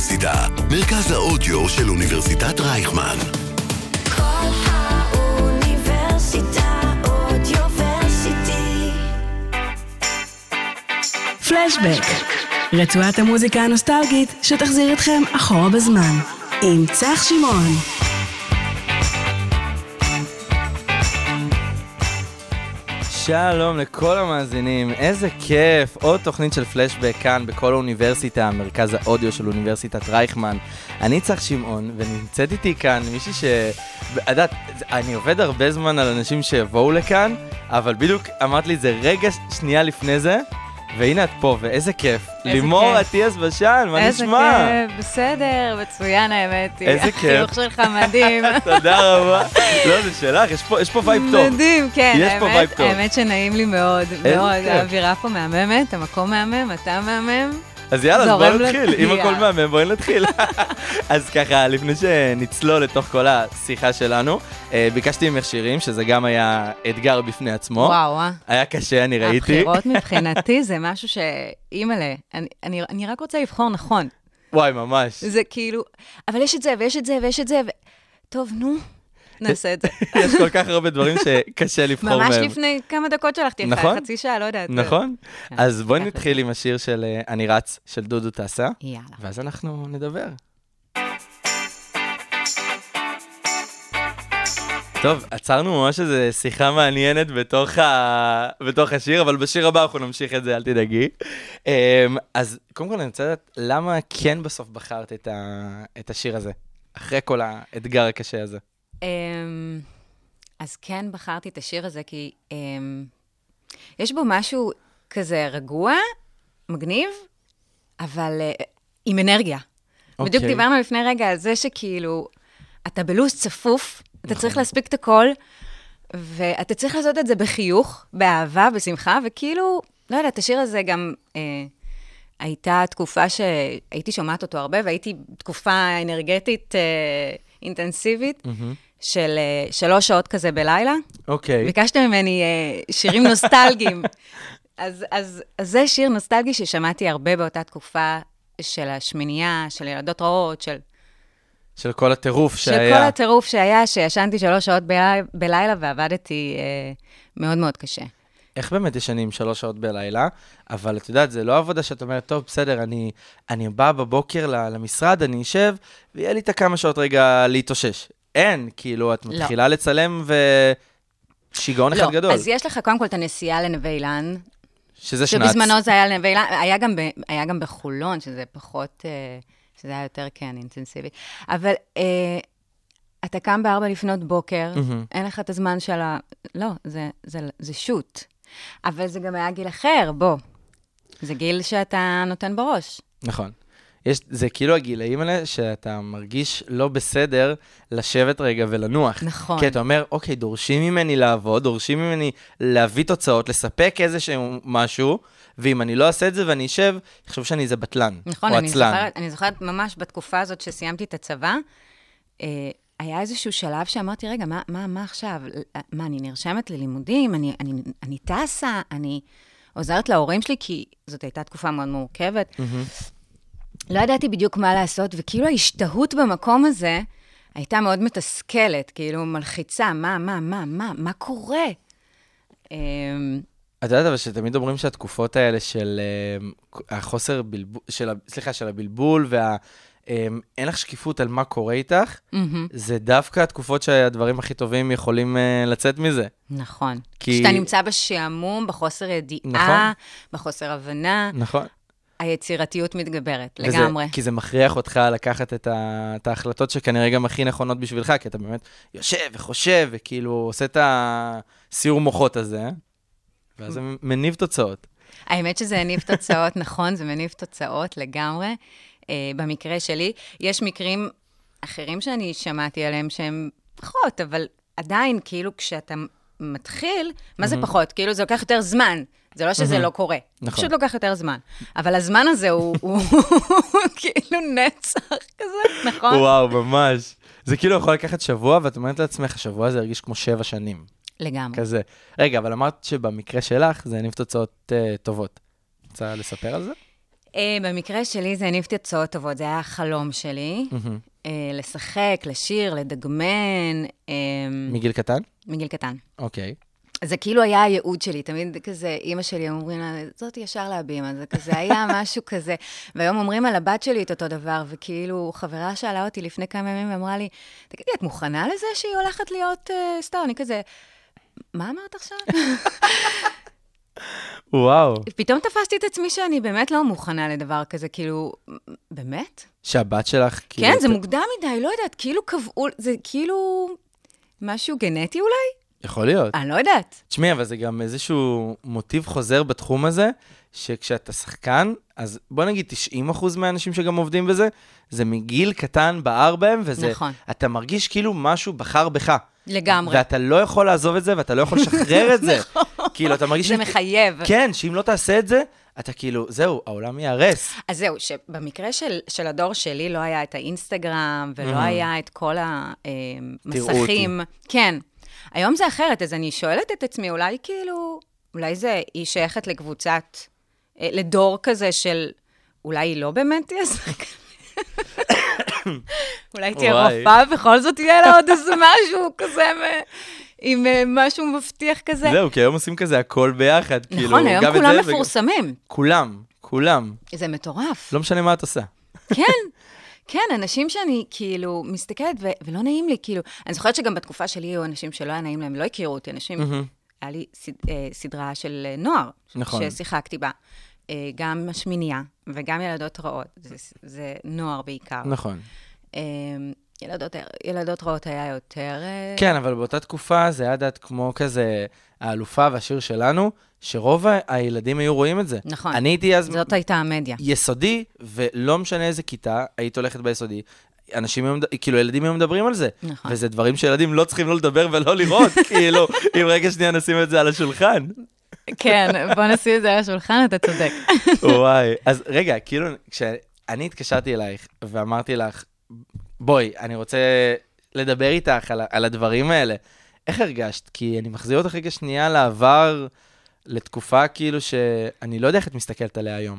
האוניברסיטה, מרכז האודיו של אוניברסיטת רייכמן. כל האוניברסיטה אודיוורסיטי. פלשבק, רצועת המוזיקה הנוסטלגית שתחזיר אתכם אחורה בזמן, עם צח שמעון. שלום לכל המאזינים, איזה כיף, עוד תוכנית של פלשבק כאן בכל האוניברסיטה, מרכז האודיו של אוניברסיטת רייכמן. אני צח שמעון, ונמצאת איתי כאן מישהי יודעת, אני עובד הרבה זמן על אנשים שיבואו לכאן, אבל בדיוק אמרת לי זה רגע שנייה לפני זה, והנה את פה, ואיזה כיף. לימור אטיאס בשן, מה נשמע? איזה כיף, בסדר, מצוין האמת. איזה כיף. החיוך שלך מדהים. תודה רבה. לא, זה שלך, יש פה וייב טוב. מדהים, כן. יש פה וייב טוב. האמת שנעים לי מאוד, מאוד. האווירה פה מהממת, המקום מהמם, אתה מהמם. אז יאללה, אז בואי נתחיל. אם הכל מהמם, בואי נתחיל. אז ככה, לפני שנצלול לתוך כל השיחה שלנו, ביקשתי ממך שירים, שזה גם היה אתגר בפני עצמו. וואו, היה קשה, אני ראיתי. הבחירות מבחינתי זה משהו שאימאלה, אני רק רוצה לבחור נכון. וואי, ממש. זה כאילו, אבל יש את זה, ויש את זה, ויש את זה, טוב, נו. נעשה את זה. יש כל כך הרבה דברים שקשה לבחור מהם. ממש לפני כמה דקות שלחתי לך, חצי שעה, לא יודעת. נכון. אז בואי נתחיל עם השיר של אני רץ, של דודו טסה. יאללה. ואז אנחנו נדבר. טוב, עצרנו ממש איזו שיחה מעניינת בתוך השיר, אבל בשיר הבא אנחנו נמשיך את זה, אל תדאגי. אז קודם כל אני רוצה לדעת, למה כן בסוף בחרת את השיר הזה, אחרי כל האתגר הקשה הזה? אז כן בחרתי את השיר הזה, כי יש בו משהו כזה רגוע, מגניב, אבל עם אנרגיה. בדיוק דיברנו לפני רגע על זה שכאילו, אתה בלוס צפוף, אתה צריך להספיק את הכל, ואתה צריך לעשות את זה בחיוך, באהבה, בשמחה, וכאילו, לא יודעת, השיר הזה גם הייתה תקופה שהייתי שומעת אותו הרבה, והייתי תקופה אנרגטית אינטנסיבית, של 3 שעות כזה בלילה. אוקיי. ביקשתם ממני שירים נוסטלגיים. אז זה שיר נוסטלגי ששמעתי הרבה באותה תקופה של השמינייה, של ילדות רעות, של כל הטירוף שהיה. של כל הטירוף שהיה, שישנתי 3 שעות בלילה ועבדתי מאוד מאוד קשה. איך באמת ישנים 3 שעות בלילה? אבל את יודעת, זה לא עבודה שאת אומרת, טוב, בסדר, אני בא בבוקר למשרד, אני אשב, ויהיה לי את כמה שעות רגע להתאושש. אין, כאילו, את מתחילה לצלם ושיגעון אחד גדול. לא, אז יש לך קודם כל את הנסיעה לנווה אילן. שזה שנץ. שבזמנו זה היה לנווה אילן, היה גם בחולון, שזה פחות, שזה היה יותר כן, אינטנסיבי. אבל אתה קם ב4 לפנות בוקר, אין לך את הזמן של לא, זה שוט. אבל זה גם היה גיל אחר, בוא. זה גיל שאתה נותן בראש. נכון. זה כאילו הגילאים האלה שאתה מרגיש לא בסדר לשבת רגע ולנוח. נכון. כי אתה אומר, אוקיי, דורשים ממני לעבוד, דורשים ממני להביא תוצאות, לספק איזשהו משהו, ואם אני לא אעשה את זה ואני אשב, אני חושב שאני איזה בטלן. נכון, או עצלן. אני זוכרת ממש בתקופה הזאת שסיימתי את הצבא, היה איזשהו שלב שאמרתי, רגע, מה עכשיו? מה, אני נרשמת ללימודים? אני טסה? אני עוזרת להורים שלי, כי זאת הייתה תקופה מאוד מורכבת. לא ידעתי בדיוק מה לעשות, וכאילו ההשתהות במקום הזה הייתה מאוד מתסכלת, כאילו מלחיצה, מה קורה? את יודעת, אבל שתמיד אומרים שהתקופות האלה של החוסר בלבול, של הבלבול אין לך שקיפות על מה קורה איתך, זה דווקא התקופות שהדברים הכי טובים יכולים לצאת מזה. נכון. כשאתה נמצא בשעמום, בחוסר ידיעה, בחוסר הבנה. נכון. היצירתיות מתגברת, לגמרי. כי זה מכריח אותך לקחת את ההחלטות שכנראה גם הכי נכונות בשבילך, כי אתה באמת יושב וחושב, וכאילו עושה את הסיור מוחות הזה, ואז זה מניב תוצאות. האמת שזה מניב תוצאות, נכון, זה מניב תוצאות לגמרי. במקרה שלי, יש מקרים אחרים שאני שמעתי עליהם שהם פחות, אבל עדיין, כאילו, כשאתה מתחיל, מה זה פחות? כאילו, זה לוקח יותר זמן. זה לא שזה לא קורה. זה פשוט לוקח יותר זמן. אבל הזמן הזה הוא כאילו נצח כזה, נכון? וואו, ממש. זה כאילו יכול לקחת שבוע, ואת אומרת לעצמך, השבוע הזה הרגיש כמו 7 שנים. לגמרי. כזה. רגע, אבל אמרת שבמקרה שלך זה הניב תוצאות טובות. רוצה לספר על זה? במקרה שלי זה הניב תוצאות טובות, זה היה החלום שלי. לשחק, לשיר, לדגמן. מגיל קטן? מגיל קטן. אוקיי. זה כאילו היה הייעוד שלי, תמיד כזה, אימא שלי אומרים לה, זאת ישר להבימה, זה כזה היה משהו כזה. והיום אומרים על הבת שלי את אותו דבר, וכאילו חברה שאלה אותי לפני כמה ימים ואמרה לי, תגידי, את מוכנה לזה שהיא הולכת להיות סטאר? אני כזה, מה אמרת עכשיו? וואו. פתאום תפסתי את עצמי שאני באמת לא מוכנה לדבר כזה, כאילו, באמת? שהבת שלך כאילו... כן, זה מוקדם מדי, לא יודעת, כאילו קבעו, זה כאילו משהו גנטי אולי? יכול להיות. אני לא יודעת. תשמעי, אבל זה גם איזשהו מוטיב חוזר בתחום הזה, שכשאתה שחקן, אז בוא נגיד 90% מהאנשים שגם עובדים בזה, זה מגיל קטן בער בהם, וזה... נכון. אתה מרגיש כאילו משהו בחר בך. לגמרי. ואתה לא יכול לעזוב את זה, ואתה לא יכול לשחרר את זה. כאילו, אתה מרגיש... זה מחייב. כן, שאם לא תעשה את זה, אתה כאילו, זהו, העולם יערס. אז זהו, שבמקרה של הדור שלי לא היה את האינסטגרם, ולא היה את כל המסכים. כן. היום זה אחרת, אז אני שואלת את עצמי, אולי כאילו, אולי זה, היא שייכת לקבוצת, לדור כזה של, אולי היא לא באמת תהיה שחקנית. אולי תהיה רופאה, בכל זאת יהיה לה עוד איזה משהו כזה, עם משהו מבטיח כזה. זהו, כי היום עושים כזה הכל ביחד. נכון, היום כולם מפורסמים. כולם. זה מטורף. לא משנה מה את עושה. כן, אנשים שאני כאילו מסתכלת ולא נעים לי, כאילו, אני זוכרת שגם בתקופה שלי היו אנשים שלא היה נעים להם, לא הכירו אותי, אנשים, היה לי סדרה של נוער, ששיחקתי בה, גם השמינייה וגם ילדות רעות, זה נוער בעיקר. נכון. ילדות רעות היה יותר... כן, אבל באותה תקופה זה היה דעת כמו כזה האלופה והשיר שלנו, שרוב הילדים היו רואים את זה. נכון. אני הייתי אז... זאת הייתה המדיה. יסודי, ולא משנה איזה כיתה, היית הולכת ביסודי. אנשים, כאילו, ילדים היו מדברים על זה. נכון. וזה דברים שילדים לא צריכים לא לדבר ולא לראות, כאילו, אם רגע שנייה נשים את זה על השולחן. כן, בוא נשים את זה על השולחן, אתה צודק. וואי, אז רגע, כאילו, כשאני התקשרתי אלייך ואמרתי לך, בואי, אני רוצה לדבר איתך על הדברים האלה. איך הרגשת? כי אני מחזיר אותך רגע שנייה לעבר לתקופה כאילו שאני לא יודע איך את מסתכלת עליה היום.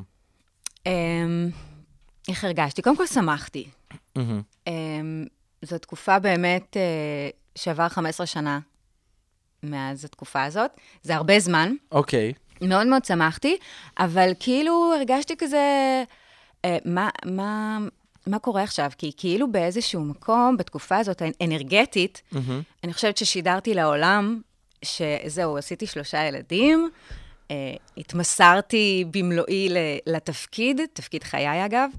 איך הרגשתי? קודם כל שמחתי. זו תקופה באמת שעבר 15 שנה מאז התקופה הזאת. זה הרבה זמן. אוקיי. מאוד מאוד שמחתי, אבל כאילו הרגשתי כזה, מה קורה עכשיו? כי כאילו באיזשהו מקום, בתקופה הזאת האנרגטית, אני חושבת ששידרתי לעולם, שזהו, עשיתי 3 ילדים, התמסרתי במלואי לתפקיד, תפקיד חיי אגב,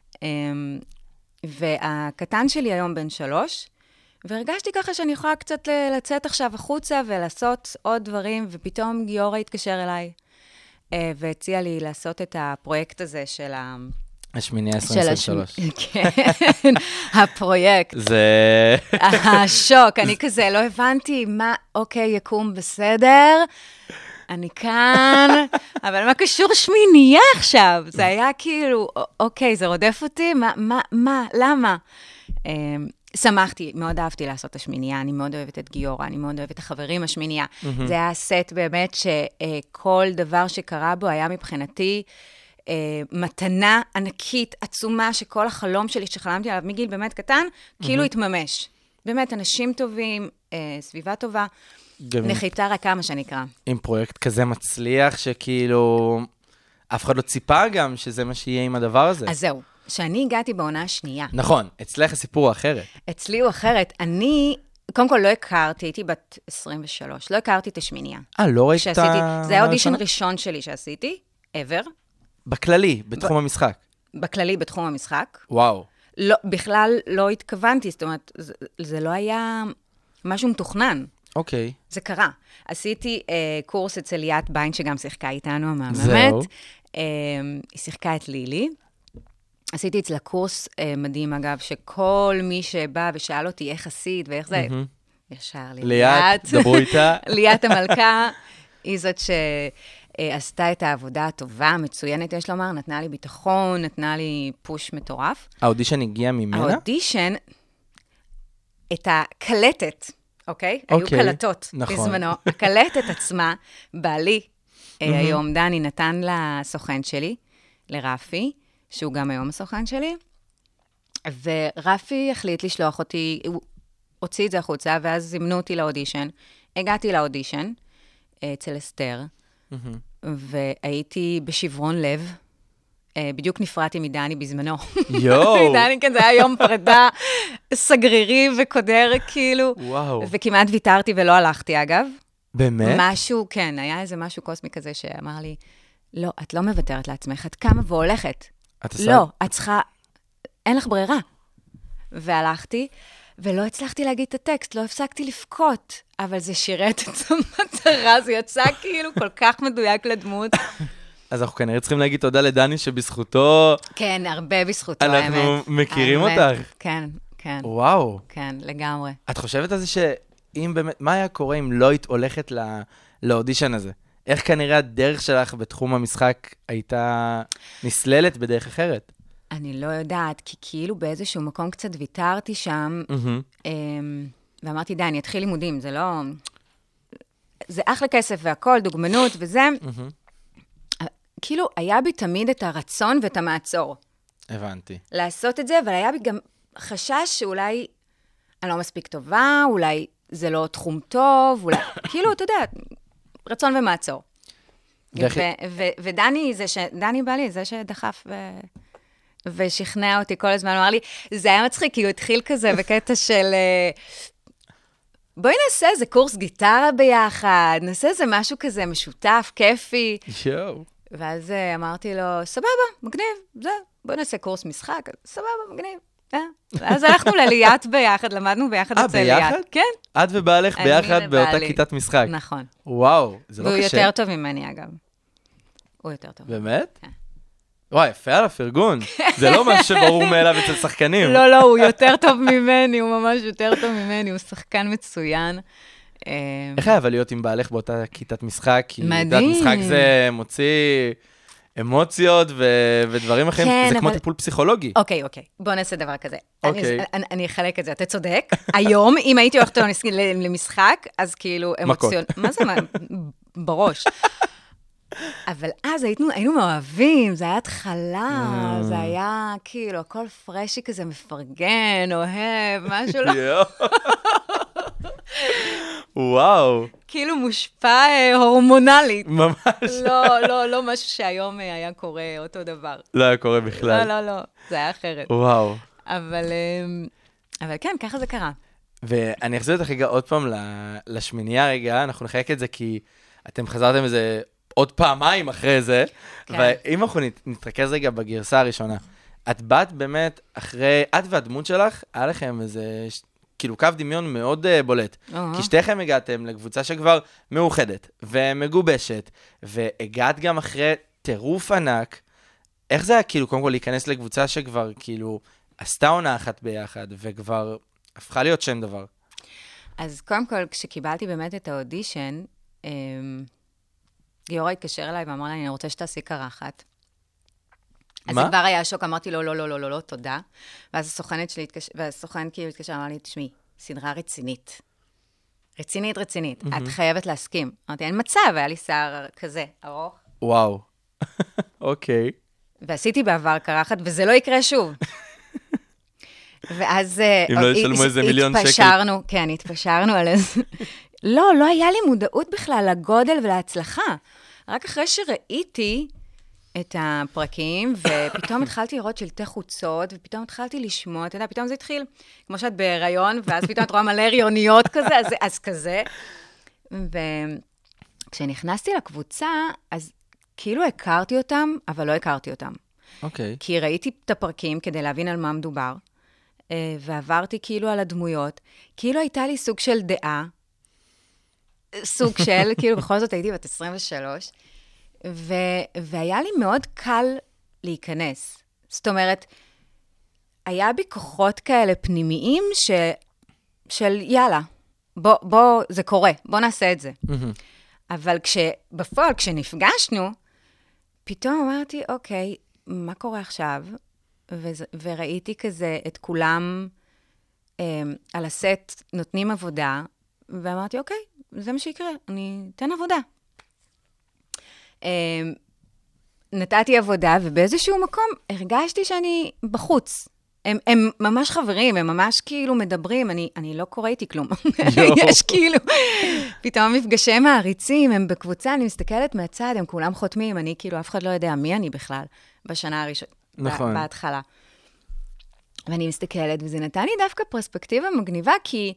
והקטן שלי היום בן 3, והרגשתי ככה שאני יכולה קצת לצאת עכשיו החוצה ולעשות עוד דברים, ופתאום גיורא התקשר אליי, והציע לי לעשות את הפרויקט הזה של השמינייה 2023. כן, הפרויקט. זה... השוק, אני כזה לא הבנתי מה, אוקיי, יקום בסדר, אני כאן, אבל מה קשור שמינייה עכשיו? זה היה כאילו, אוקיי, זה רודף אותי, מה, למה? שמחתי, מאוד אהבתי לעשות את השמינייה, אני מאוד אוהבת את גיורא, אני מאוד אוהבת את החברים השמינייה. זה היה סט באמת שכל דבר שקרה בו היה מבחינתי, מתנה ענקית, עצומה, שכל החלום שלי שחלמתי עליו מגיל באמת קטן, כאילו התממש. באמת, אנשים טובים, סביבה טובה, נחיתה רכה, מה שנקרא. עם פרויקט כזה מצליח, שכאילו, אף אחד לא ציפה גם שזה מה שיהיה עם הדבר הזה. אז זהו, שאני הגעתי בעונה השנייה. נכון, אצלך הסיפור הוא אחרת. אצלי הוא אחרת. אני, קודם כל לא הכרתי, הייתי בת 23, לא הכרתי את השמינייה. לא ראית את זה היה אודישן ראשון שלי שעשיתי, ever. בכללי, בתחום המשחק. בכללי, בתחום המשחק. וואו. לא, בכלל לא התכוונתי, זאת אומרת, זה לא היה משהו מתוכנן. אוקיי. זה קרה. עשיתי קורס אצל ליאת ביין, שגם שיחקה איתנו, המאמנת. זהו. היא שיחקה את לילי. עשיתי אצלה קורס מדהים, אגב, שכל מי שבא ושאל אותי איך עשית ואיך זה, ישר לי. ליאת, דברו איתה. ליאת המלכה, היא זאת שעשתה את העבודה הטובה, המצוינת, יש לומר, נתנה לי ביטחון, נתנה לי פוש מטורף. האודישן הגיע ממנה? האודישן, את הקלטת, אוקיי? היו קלטות בזמנו. הקלטת עצמה, בעלי, היום דני נתן לסוכן שלי, לרפי, שהוא גם היום הסוכן שלי, ורפי החליט לשלוח אותי, הוא הוציא את זה החוצה, ואז זימנו אותי לאודישן. הגעתי לאודישן אצל אסתר, והייתי בשברון לב, בדיוק נפרדתי מדני בזמנו. יואו. מדני, כן, זה היה יום פרידה סגרירי וקודר, כאילו. וואו. וכמעט ויתרתי ולא הלכתי, אגב. באמת? משהו, כן, היה איזה משהו קוסמי כזה שאמר לי, לא, את לא מוותרת לעצמך, את קמה והולכת. לא, את צריכה, אין לך ברירה. והלכתי, ולא הצלחתי להגיד את הטקסט, לא הפסקתי לפקוט, אבל זה שירת את המטרה, זה יצא כאילו כל כך מדויק לדמות. אז אנחנו כנראה צריכים להגיד תודה לדני שבזכותו... כן, הרבה בזכותו, האמת. אנחנו מכירים אותך. כן, כן. וואו. כן, לגמרי. את חושבת על זה שאם באמת, מה היה קורה אם לא היית הולכת לאודישן הזה? איך כנראה הדרך שלך בתחום המשחק הייתה נסללת בדרך אחרת? אני לא יודעת, כי כאילו באיזשהו מקום קצת ויתרתי שם, ואמרתי, די, אני אתחיל לימודים, זה לא... זה אחלה כסף והכל, דוגמנות וזה. כאילו, היה בי תמיד את הרצון ואת המעצור. הבנתי. לעשות את זה, אבל היה בי גם חשש שאולי אני לא מספיק טובה, אולי זה לא תחום טוב, אולי... כאילו, אתה יודע, רצון ומעצור. ודני, דני בא לי, זה שדחף ושכנע אותי כל הזמן, הוא אמר לי, זה היה מצחיק, כי הוא התחיל כזה בקטע של... בואי נעשה איזה קורס גיטרה ביחד, נעשה איזה משהו כזה משותף, כיפי. יואו. ואז אמרתי לו, סבבה, מגניב, זה, בואי נעשה קורס משחק, סבבה, מגניב. אז הלכנו לליאת ביחד, למדנו ביחד אצל ליאת. ביחד? כן. את ובעלך ביחד באותה כיתת משחק. נכון. וואו, זה לא קשה. והוא יותר טוב ממני, אגב. הוא יותר טוב. באמת? כן. וואי, יפה על הפרגון. זה לא מה שברור מאליו אצל שחקנים. לא, הוא יותר טוב ממני, הוא ממש יותר טוב ממני, הוא שחקן מצוין. איך היה אבל להיות עם בעלך באותה כיתת משחק? מדהים. משחק זה מוציא אמוציות ודברים אחרים, זה כמו טיפול פסיכולוגי. אוקיי, בוא נעשה דבר כזה. אני אחלק את זה, אתה צודק. היום, אם הייתי הולכת למשחק, אז כאילו אמוציון... מה זה? בראש. אבל אז היינו מאוהבים, זה היה התחלה, זה היה כאילו, הכל פרשי כזה, מפרגן, אוהב, משהו לא... וואו. כאילו מושפע הורמונלית. ממש. לא משהו שהיום היה קורה אותו דבר. לא היה קורה בכלל. לא, זה היה אחרת. וואו. אבל כן, ככה זה קרה. ואני אחזיר אותך רגע עוד פעם לשמינייה רגע, אנחנו נחלק את זה כי אתם חזרתם איזה עוד פעמיים אחרי זה, ואם אנחנו נתרכז רגע בגרסה הראשונה, את באת באמת אחרי, את והדמות שלך, היה לכם איזה... כאילו קו דמיון מאוד בולט. כי שתיכם הגעתם לקבוצה שכבר מאוחדת ומגובשת, והגעת גם אחרי טירוף ענק. איך זה היה כאילו, קודם כל, להיכנס לקבוצה שכבר כאילו עשתה עונה אחת ביחד, וכבר הפכה להיות שם דבר? אז קודם כל, כשקיבלתי באמת את האודישן, גיורא התקשר אליי ואמר לי, אני רוצה שתעשי קרחת. אז זה כבר היה שוק, אמרתי לו, לא, תודה. ואז הסוכן כאילו התקשר, אמר לי, תשמעי, סדרה רצינית. רצינית. את חייבת להסכים. אמרתי, אין מצב, היה לי שיער כזה, ארוך. וואו. אוקיי. ועשיתי בעבר קרחת, וזה לא יקרה שוב. ואז... אם לא ישלמו איזה מיליון שקל. התפשרנו על איזה... לא היה לי מודעות בכלל לגודל ולהצלחה. רק אחרי שראיתי... את הפרקים, ופתאום התחלתי לראות שלטי חוצות, ופתאום התחלתי לשמוע, אתה יודע, פתאום זה התחיל, כמו שאת בהיריון, ואז פתאום את רואה מלא הריוניות כזה, אז כזה. וכשנכנסתי לקבוצה, אז כאילו הכרתי אותם, אבל לא הכרתי אותם. אוקיי. כי ראיתי את הפרקים כדי להבין על מה מדובר, ועברתי כאילו על הדמויות, כאילו הייתה לי סוג של דעה, סוג של, כאילו בכל זאת הייתי בת 23, והיה לי מאוד קל להיכנס. זאת אומרת, היה בי כוחות כאלה פנימיים של יאללה, בוא, זה קורה, בוא נעשה את זה. אבל בפועל, כשנפגשנו, פתאום אמרתי, אוקיי, מה קורה עכשיו? וראיתי כזה את כולם על הסט נותנים עבודה, ואמרתי, אוקיי, זה מה שיקרה, אני אתן עבודה. נתתי עבודה, ובאיזשהו מקום הרגשתי שאני בחוץ. הם ממש חברים, הם ממש כאילו מדברים, אני לא קוראתי כלום. יש כאילו, פתאום מפגשי מעריצים, הם בקבוצה, אני מסתכלת מהצד, הם כולם חותמים, אני כאילו, אף אחד לא יודע מי אני בכלל, בשנה הראשונה, נכון. בהתחלה. ואני מסתכלת, וזה נתן לי דווקא פרספקטיבה מגניבה, כי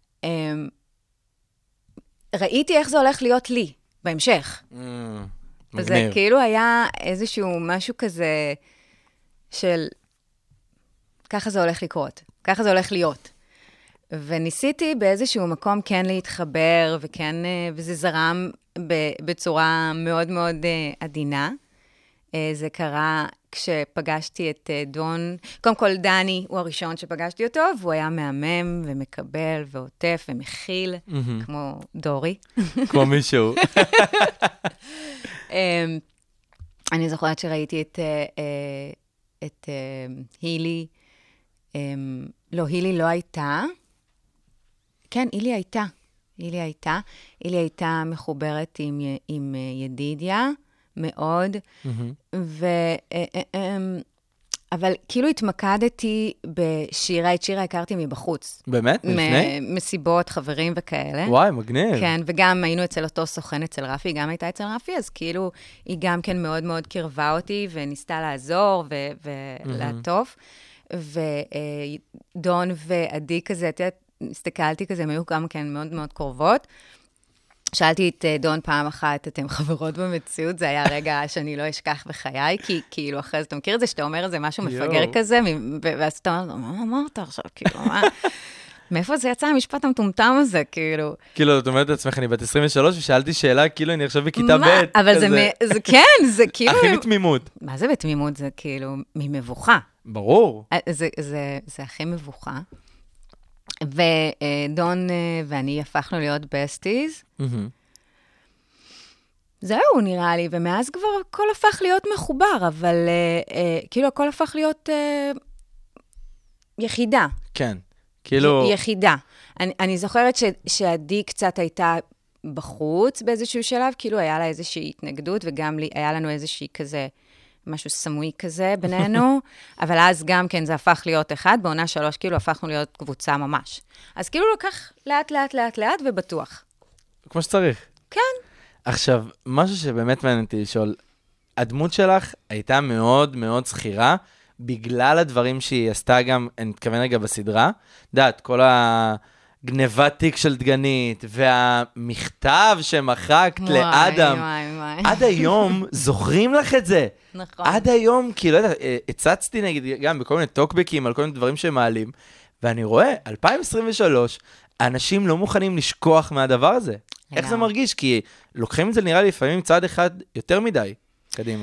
ראיתי איך זה הולך להיות לי, בהמשך. מגניב. זה כאילו היה איזשהו משהו כזה של... ככה זה הולך לקרות, ככה זה הולך להיות. וניסיתי באיזשהו מקום כן להתחבר, וכן, וזה זרם בצורה מאוד מאוד עדינה. זה קרה כשפגשתי את דון, קודם כל דני הוא הראשון שפגשתי אותו, והוא היה מהמם ומקבל ועוטף ומכיל, כמו דורי. כמו מישהו. אני זוכרת שראיתי את הילי, לא, הילי לא הייתה. כן, הילי הייתה מחוברת עם ידידיה, מאוד, אבל כאילו התמקדתי בשירה, את שירה הכרתי מבחוץ. באמת? לפני? מסיבות, חברים וכאלה. וואי, מגניב. כן, וגם היינו אצל אותו סוכן אצל רפי, היא גם הייתה אצל רפי, אז כאילו היא גם כן מאוד מאוד קרבה אותי, וניסתה לעזור ולעטוף. ודון ועדי כזה, הסתכלתי כזה, הם היו גם כן מאוד מאוד קרובות. שאלתי את דון פעם אחת, אתם חברות במציאות, זה היה רגע שאני לא אשכח בחיי, כי כאילו אחרי זה, אתה מכיר את זה שאתה אומר איזה משהו מפגר כזה, ואז אתה אומר, מה אמרת עכשיו, כאילו, מה? מאיפה זה יצא המשפט המטומטם הזה, כאילו? כאילו, את אומרת לעצמך, אני בת 23, ושאלתי שאלה, כאילו, אני עכשיו בכיתה ב'. אבל זה כן, זה כאילו... הכי בתמימות. מה זה בתמימות? זה כאילו ממבוכה. ברור. זה הכי מבוכה. ודון ואני הפכנו להיות בסטיז. זהו, נראה לי, ומאז כבר הכל הפך להיות מחובר, אבל כאילו הכל הפך להיות יחידה. כן, כאילו... יחידה. אני זוכרת שעדי קצת הייתה בחוץ באיזשהו שלב, כאילו היה לה איזושהי התנגדות, וגם לי, היה לנו איזושהי כזה... משהו סמוי כזה בינינו, אבל אז גם כן זה הפך להיות אחד, בעונה 3 כאילו הפכנו להיות קבוצה ממש. אז כאילו לקח לאט, לאט, לאט, לאט ובטוח. כמו שצריך. כן. עכשיו, משהו שבאמת מעניין אותי לשאול, הדמות שלך הייתה מאוד מאוד זכירה, בגלל הדברים שהיא עשתה גם, אני מתכוון רגע בסדרה, דעת, כל הגנבת תיק של דגנית, והמכתב שמחקת לאדם, עד היום זוכרים לך את זה. נכון. עד היום, כי לא יודע, הצצתי נגיד גם בכל מיני טוקבקים, על כל מיני דברים שמעלים, ואני רואה, 2023, אנשים לא מוכנים לשכוח מהדבר הזה. איך זה מרגיש? כי לוקחים את זה נראה לי לפעמים צעד אחד יותר מדי. קדימה.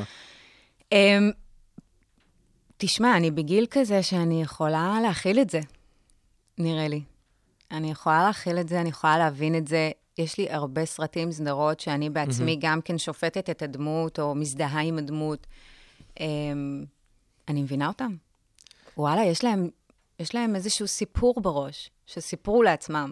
תשמע, אני בגיל כזה שאני יכולה להכיל את זה, נראה לי. אני יכולה להכיל את זה, אני יכולה להבין את זה. יש לי הרבה סרטים, סדרות, שאני בעצמי גם כן שופטת את הדמות, או מזדהה עם הדמות. אני מבינה אותם. וואלה, יש להם איזשהו סיפור בראש, שסיפרו לעצמם.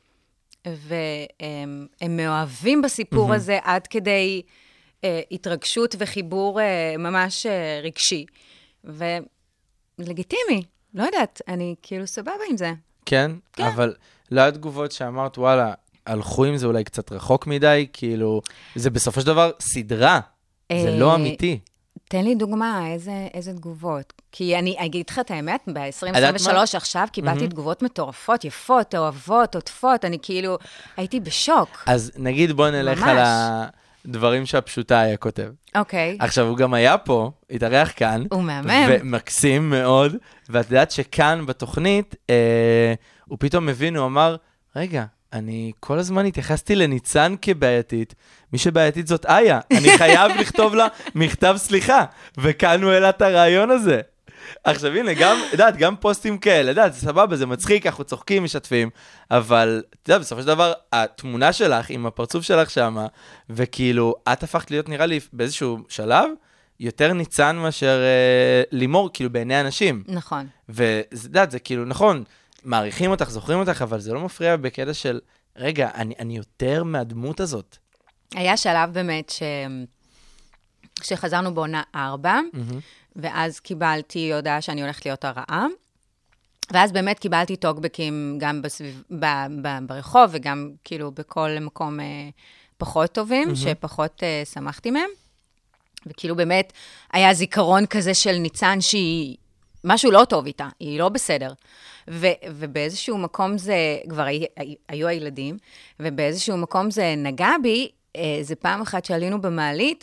והם מאוהבים בסיפור הזה עד כדי התרגשות וחיבור ממש רגשי. ולגיטימי, לא יודעת, אני כאילו סבבה עם זה. כן, אבל לא היה תגובות שאמרת, וואלה, הלכו עם זה אולי קצת רחוק מדי, כאילו, זה בסופו של דבר סדרה, זה לא אמיתי. תן לי דוגמה, איזה תגובות. כי אני אגיד לך את האמת, ב-2023 עכשיו קיבלתי תגובות מטורפות, יפות, אוהבות, עוטפות, אני כאילו הייתי בשוק. אז נגיד בוא נלך על הדברים שהפשוטה היה כותב. אוקיי. עכשיו, הוא גם היה פה, התארח כאן. הוא מהמם. ומקסים מאוד, ואת יודעת שכאן בתוכנית, הוא פתאום מבין, הוא אמר, רגע, אני כל הזמן התייחסתי לניצן כבעייתית, מי שבעייתית זאת איה, אני חייב לכתוב לה מכתב סליחה, וכאן הוא העלה את הרעיון הזה. עכשיו הנה, גם פוסטים כאלה, זה סבבה, זה מצחיק, אנחנו צוחקים, משתפים, אבל בסופו של דבר, התמונה שלך עם הפרצוף שלך שמה, וכאילו, את הפכת להיות נראה לי באיזשהו שלב, יותר ניצן מאשר לימור, כאילו בעיני אנשים. נכון. זה כאילו נכון, מעריכים אותך, זוכרים אותך, אבל זה לא מפריע בקטע של, רגע, אני יותר מהדמות הזאת. היה שלב באמת שחזרנו בעונה 4, ואז קיבלתי הודעה שאני הולכת להיות הרעה, ואז באמת קיבלתי טוקבקים גם ברחוב, וגם כאילו בכל מקום פחות טובים, שפחות שמחתי מהם. וכאילו באמת היה זיכרון כזה של ניצן שהיא, משהו לא טוב איתה, היא לא בסדר. ובאיזשהו מקום זה, כבר היו הילדים, ובאיזשהו מקום זה נגע בי, זה פעם אחת שעלינו במעלית,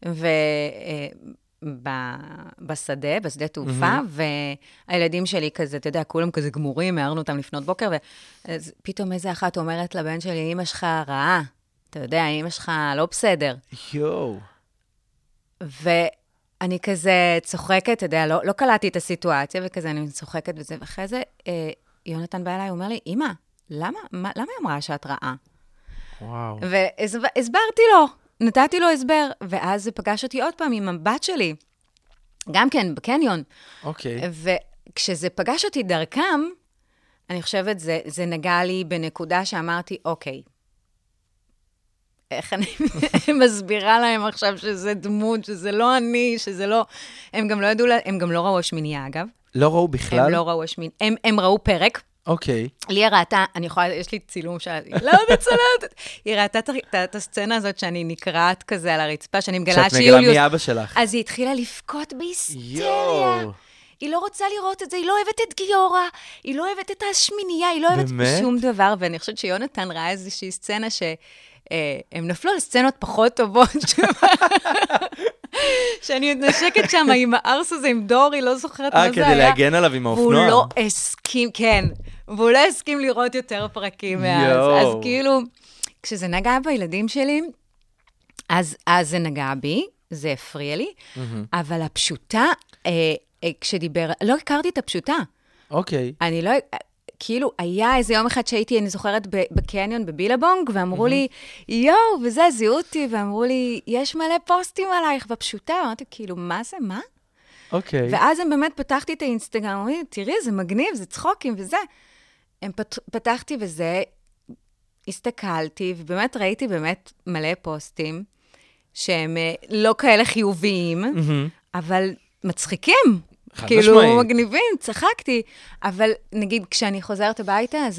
בשדה תעופה, והילדים שלי כזה, אתה יודע, כולם כזה גמורים, הערנו אותם לפנות בוקר, ופתאום איזה אחת אומרת לבן שלי, אמא שלך רעה, אתה יודע, אמא שלך לא בסדר. יואו. ואני כזה צוחקת, אתה יודע, לא קלטתי את הסיטואציה, וכזה אני צוחקת וזה, ואחרי זה, יונתן בא אליי, הוא אומר לי, אמא, למה היא אמרה שאת רעה? וואו. והסברתי לו, נתתי לו הסבר, ואז זה פגש אותי עוד פעם עם הבת שלי, גם כן, בקניון. אוקיי. וכשזה פגש אותי דרכם, אני חושבת, זה נגע לי בנקודה שאמרתי, אוקיי, איך אני מסבירה להם עכשיו שזה דמות, שזה לא אני, שזה לא... הם גם לא ידעו, הם גם לא ראו השמינייה, אגב. לא ראו בכלל? הם לא ראו השמינייה, הם ראו פרק. אוקיי. לי ראתה, אני יכולה, יש לי צילום של... לא מצלמת. היא ראתה את הסצנה הזאת שאני נקראת כזה על הרצפה, שאני מגלה שיוליוס... שאת מגלה מאבא שלך. אז היא התחילה לבכות בהיסטריה. היא לא רוצה לראות את זה, היא לא אוהבת את גיורא, היא לא אוהבת את השמינייה, היא לא אוהבת שום דבר, ואני חושבת שיונתן ראה איזושהי סצנה הם נפלו על סצנות פחות טובות, שאני מתנשקת שם עם הארס הזה, עם דורי, לא זוכרת מה זה היה. כדי להגן עליו עם האופנוע. והוא לא הסכים, כן, והוא לא הסכים לראות יותר פרקים מאז. אז כאילו, כשזה נגע בילדים שלי, אז זה נגע בי, זה הפריע לי, אבל הפשוטה, כשדיבר, לא הכרתי את הפשוטה. אוקיי. אני לא... כאילו, היה איזה יום אחד שהייתי, אני זוכרת, בקניון, בבילבונג, ואמרו לי, יואו, וזה, זיהו אותי, ואמרו לי, יש מלא פוסטים עלייך, בפשוטה, אמרתי, כאילו, מה זה, מה? אוקיי. ואז הם באמת פתחתי את האינסטגרם, אמרו לי, תראי, זה מגניב, זה צחוקים, וזה. פתחתי וזה, הסתכלתי, ובאמת ראיתי באמת מלא פוסטים, שהם לא כאלה חיוביים, אבל מצחיקים. כאילו, מגניבים, צחקתי, אבל נגיד, כשאני חוזרת הביתה, אז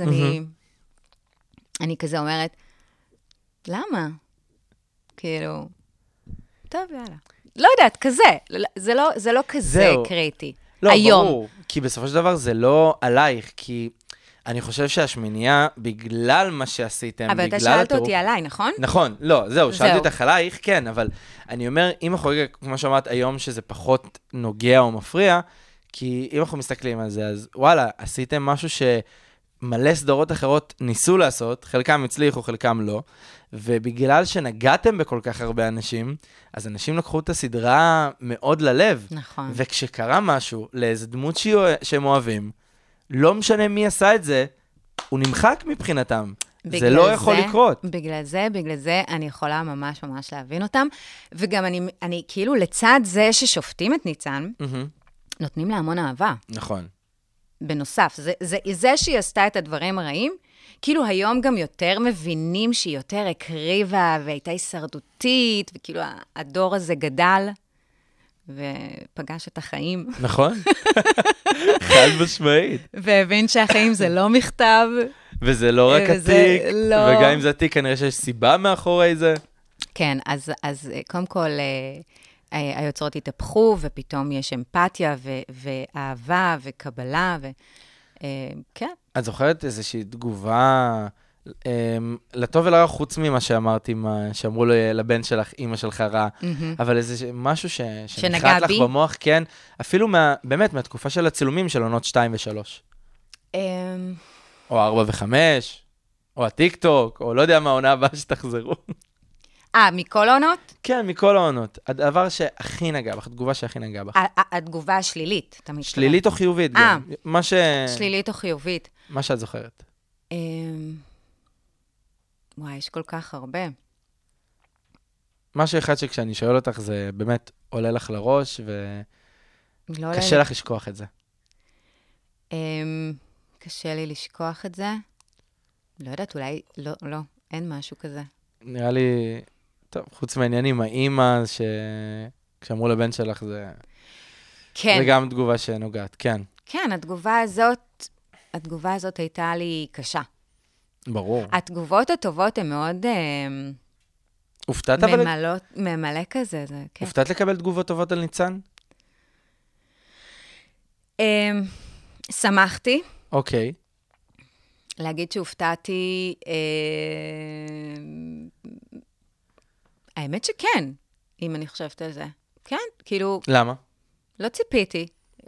אני כזה אומרת, למה? כאילו, טוב, יאללה. לא יודעת, כזה, זה לא כזה קריטי. לא, ברור, כי בסופו של דבר זה לא עלייך, כי אני חושב שהשמינייה, בגלל מה שעשיתם, אבל אתה שאלת אותי עליי, נכון? נכון, לא, זהו, שאלתי אותך עלייך, כן, אבל אני אומר, אם אנחנו רגע, כמו שאמרת היום, שזה פחות נוגע או מפריע, כי אם אנחנו מסתכלים על זה, אז וואלה, עשיתם משהו שמלא סדרות אחרות ניסו לעשות, חלקם הצליחו, חלקם לא, ובגלל שנגעתם בכל כך הרבה אנשים, אז אנשים לקחו את הסדרה מאוד ללב. נכון. וכשקרה משהו לאיזו דמות שהם אוהבים, לא משנה מי עשה את זה, הוא נמחק מבחינתם. זה לא יכול לקרות. בגלל זה אני יכולה ממש ממש להבין אותם, וגם אני כאילו לצד זה ששופטים את ניצן, נותנים לה המון אהבה. נכון. בנוסף, זה שהיא עשתה את הדברים הרעים, כאילו היום גם יותר מבינים שהיא יותר הקריבה, והייתה הישרדותית, וכאילו הדור הזה גדל, ופגש את החיים. נכון. חד משמעית. והבין שהחיים זה לא מכתב. וזה לא רק עתיק, לא... וגם אם זה עתיק, כנראה שיש סיבה מאחורי זה. כן, אז קודם כל, היוצרות התהפכו, ופתאום יש אמפתיה, ואהבה, וקבלה, כן. את זוכרת איזושהי תגובה, לטוב ולרע חוץ ממה שאמרתי, שאמרו לבן שלך, אמא שלך רע, אבל איזה משהו שנחת לך במוח, כן, אפילו באמת מהתקופה של הצילומים של עונות 2 ו3. או 4 ו5, או הטיק-טוק, או לא יודע מה העונה הבאה שתחזרו. מכל העונות? כן, מכל העונות. הדבר שהכי נגע בך, התגובה שהכי נגע בך. התגובה השלילית, אתה מתכוון. שלילית או חיובית גם. שלילית או חיובית. מה שאת זוכרת. וואי, יש כל כך הרבה. משהו אחד שכשאני שואל אותך, זה באמת עולה לך לראש, וקשה לך לשכוח את זה. קשה לי לשכוח את זה. לא יודעת, אולי, לא, אין משהו כזה. נראה לי, טוב, חוץ מהעניין עם האמא, כשאמרו לבן שלך זה... כן. זה גם תגובה שנוגעת, כן. כן, התגובה הזאת הייתה לי קשה. ברור. התגובות הטובות הן מאוד הופתעת אבל... ממלא כזה, זה כן. הופתעת לקבל תגובות טובות על ניצן? שמחתי. אוקיי. להגיד שהופתעתי, האמת שכן, אם אני חושבת על זה. כן, כאילו... למה? לא ציפיתי.